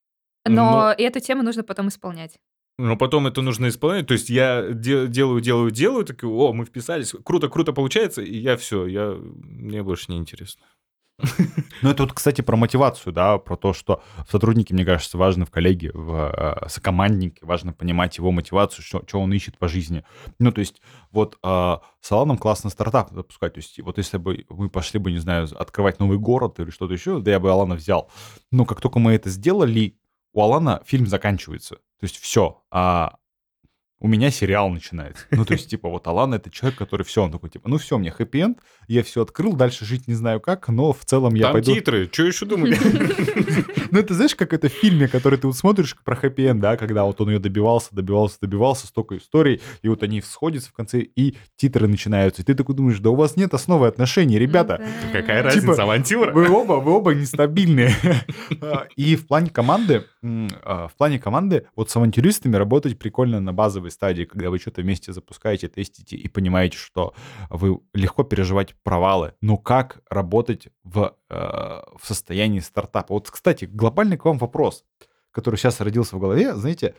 но Но и эту тему нужно потом исполнять. но потом это нужно исполнять. То есть я де делаю делаю делаю, такой: "О, мы вписались, круто круто получается", и я все, я мне больше не интересно. Ну, это вот, кстати, про мотивацию, да, про то, что в сотруднике, мне кажется, важно в коллеге, в э, сокоманднике, важно понимать его мотивацию, что, что он ищет по жизни. Ну, то есть вот э, с Аланом классно стартап запускать. То есть вот если бы мы пошли бы, не знаю, открывать новый город или что-то еще, да я бы Алана взял. Но как только мы это сделали, у Алана фильм заканчивается. То есть все. А у меня сериал начинается. Ну, то есть, типа, вот Алан — это человек, который все, он такой, типа, ну все, мне хэппи-энд, я все открыл, дальше жить не знаю как, но в целом я Там пойду... титры, что еще думали? Ну, это знаешь, как это в фильме, который ты вот смотришь про хэппи-энд, да, когда вот он ее добивался, добивался, добивался, столько историй, и вот они сходятся в конце, и титры начинаются. И ты такой думаешь: да у вас нет основы отношений, ребята. Ну Какая да. разница, Типа, авантюра? Вы оба, вы оба нестабильные. А, И в плане команды, м, а, в плане команды, вот с авантюристами работать прикольно на базовой стадии, когда вы что-то вместе запускаете, тестите и понимаете, что вы легко переживать провалы. Но как работать в, э, в состоянии стартапа? Вот, кстати, глобальный к вам вопрос, который сейчас родился в голове. Знаете,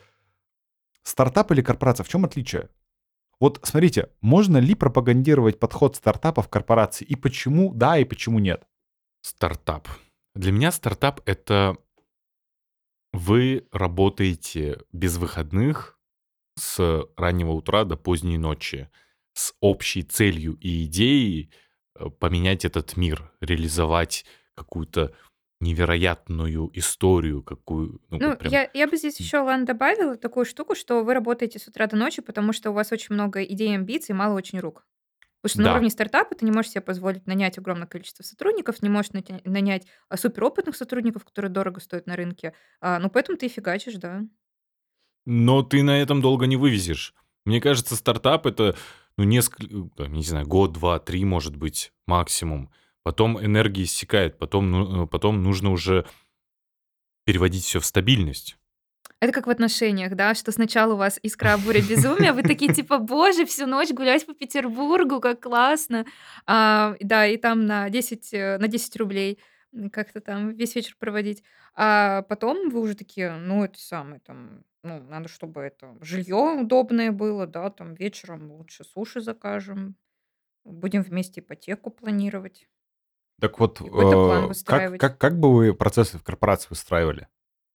стартап или корпорация, в чем отличие? Вот смотрите, можно ли пропагандировать подход стартапа в корпорации? И почему да, и почему нет? Стартап. Для меня стартап — это вы работаете без выходных с раннего утра до поздней ночи с общей целью и идеей э, поменять этот мир, реализовать какую-то невероятную историю, какую, ну Ну, вот прям. я, я бы здесь м, еще, ладно, добавила такую штуку, что вы работаете с утра до ночи, потому что у вас очень много идей и амбиций, мало очень рук. Потому что на Да, уровне стартапа ты не можешь себе позволить нанять огромное количество сотрудников, не можешь натя- нанять а, суперопытных сотрудников, которые дорого стоят на рынке. А, ну, поэтому ты и фигачишь, да. но ты на этом долго не вывезешь. Мне кажется, стартап — это, ну, несколько, не знаю, год, два, три, может быть, максимум. Потом энергия иссякает, потом, ну, э, потом нужно уже переводить все в стабильность. Это как в отношениях, да, что сначала у вас искра, буря, безумие, вы такие типа, боже, всю ночь гулять по Петербургу, как классно. А, да, и там на десять, э, на десять рублей м, как-то там весь вечер проводить. А потом вы уже такие, ну, это самое, там, ну, надо, чтобы это жилье удобное было, да, там вечером лучше суши закажем, будем вместе ипотеку планировать, Так вот, какой-то план э, как, выстраивать. как, как бы вы процессы в корпорации выстраивали?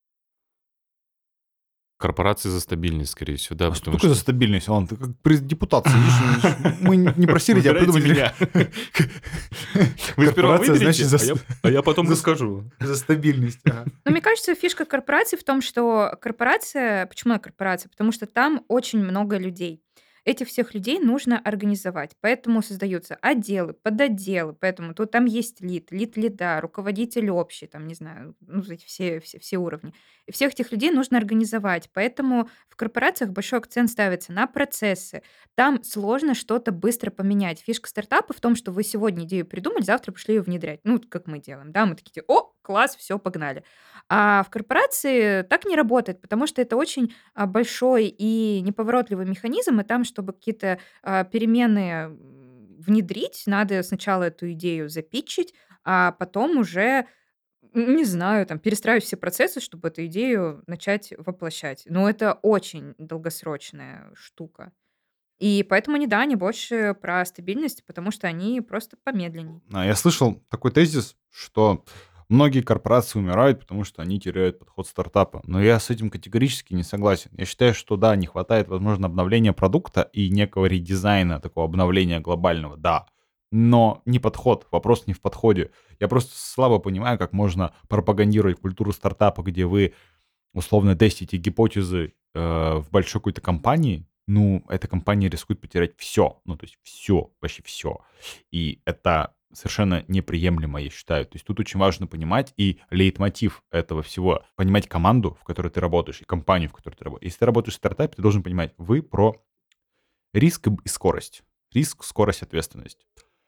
Корпорации за стабильность, скорее всего, да, А что потому такое за что стабильность? Алан, ты как при депутат сидишь, и мы не просили тебя выбирайте придумать. меня. Вы сперва Корпорация, значит, выберите, за, а я, ст- а я потом за, расскажу. за стабильность. Ага. Но мне кажется, фишка корпорации в том, что корпорация... Почему я корпорация? Потому что там очень много людей. Этих всех людей нужно организовать. Поэтому создаются отделы, подотделы. Поэтому тут там есть лид, лид-лида, руководитель общий, там, не знаю, ну, эти все, все, все уровни. И всех этих людей нужно организовать. Поэтому в корпорациях большой акцент ставится на процессы. Там сложно что-то быстро поменять. Фишка стартапа в том, что вы сегодня идею придумали, завтра пошли ее внедрять. Ну, как мы делаем, да, мы такие, о, класс, все, погнали. А в корпорации так не работает, потому что это очень а, большой и неповоротливый механизм, и там, чтобы какие-то а, перемены м, внедрить, надо сначала эту идею запитчить, а потом уже, м, не знаю, там, перестраивать все процессы, чтобы эту идею начать воплощать. Но это очень долгосрочная штука. И поэтому они, да, они больше про стабильность, потому что они просто помедленнее. А, Я слышал такой тезис, что многие корпорации умирают, потому что они теряют подход стартапа. Но я с этим категорически не согласен. Я считаю, что да, не хватает, возможно, обновления продукта и некого редизайна, такого обновления глобального, да. Но не подход, вопрос не в подходе. Я просто слабо понимаю, как можно пропагандировать культуру стартапа, где вы условно тестите гипотезы э, в большой какой-то компании. Ну, эта компания рискует потерять все, ну, то есть все, вообще все. И это совершенно неприемлемо, я считаю. То есть тут очень важно понимать и лейтмотив этого всего. Понимать команду, в которой ты работаешь, и компанию, в которой ты работаешь. Если ты работаешь в стартапе, ты должен понимать, вы про риск и скорость. Риск, скорость, ответственность.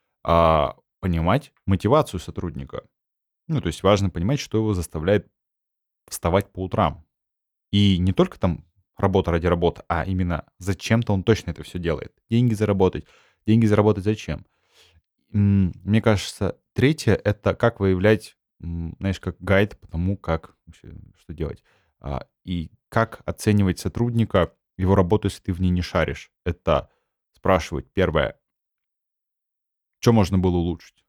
А понимать мотивацию сотрудника. Ну, то есть важно понимать, что его заставляет вставать по утрам. И не только там работа ради работы, а именно зачем-то он точно это все делает. Деньги заработать. Деньги заработать зачем? М, Мне кажется, третье — это как выявлять, м, знаешь, как гайд по тому, как вообще, что делать. А, И как оценивать сотрудника, его работу, если ты в ней не шаришь. Это спрашивать, первое, что можно было улучшить.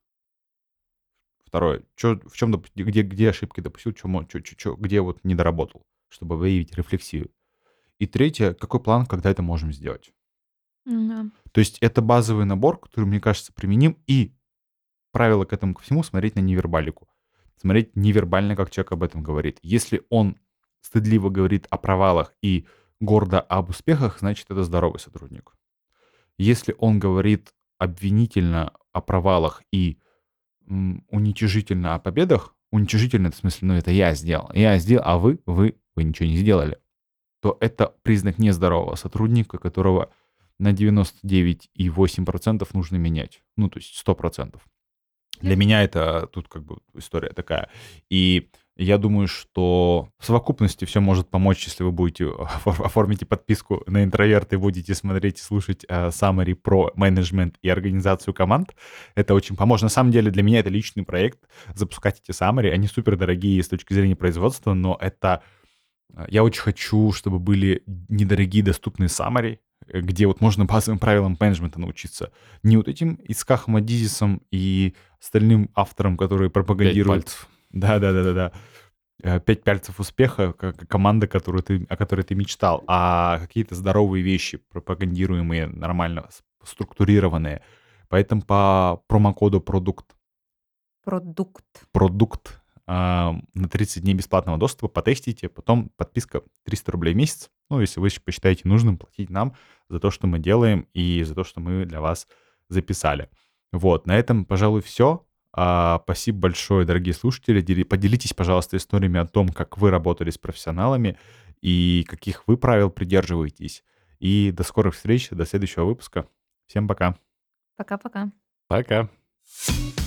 Второе, чё, в чем, где, где ошибки допустил, чё, мо- чё- чё- чё- где вот не доработал, чтобы выявить рефлексию. И третье, какой план, когда это можем сделать. Да. То есть это базовый набор, который, мне кажется, применим. И правило к этому ко всему — смотреть на невербалику. Смотреть невербально, как человек об этом говорит. Если он стыдливо говорит о провалах и гордо об успехах, значит, это здоровый сотрудник. Если он говорит обвинительно о провалах и м, уничижительно о победах, уничижительно, в смысле, ну это я сделал, я сделал, а вы, вы, вы ничего не сделали, то это признак нездорового сотрудника, которого на девяносто девять и восемь десятых процента нужно менять. Ну, то есть сто процентов. Для меня это тут как бы история такая. И я думаю, что в совокупности все может помочь, если вы будете оф- оформите подписку на интроверт и будете смотреть и слушать э, summary про менеджмент и организацию команд. Это очень поможет. На самом деле для меня это личный проект. Запускать эти summary. Они супер дорогие с точки зрения производства, но это а, Я очень хочу, чтобы были недорогие доступные summary, э, где вот можно базовым правилам менеджмента научиться. Не вот этим Ицхаком Адизисом и остальным авторам, которые Пять пропагандируют. пальцев. Да-да-да-да-да. Э, Пять пальцев успеха, как команда, которую ты, о которой ты мечтал, а какие-то здоровые вещи, пропагандируемые, нормально с- структурированные. Поэтому по промокоду продукт, Продукт. продукт а, на тридцать дней бесплатного доступа потестите, потом подписка триста рублей в месяц. Ну, если вы посчитаете нужным, платить нам за то, что мы делаем и за то, что мы для вас записали. Вот, на этом, пожалуй, все. Спасибо большое, дорогие слушатели. Дели- Поделитесь, пожалуйста, историями о том, как вы работали с профессионалами и каких вы правил придерживаетесь. И до скорых встреч, до следующего выпуска. Всем пока. Пока-пока. Пока.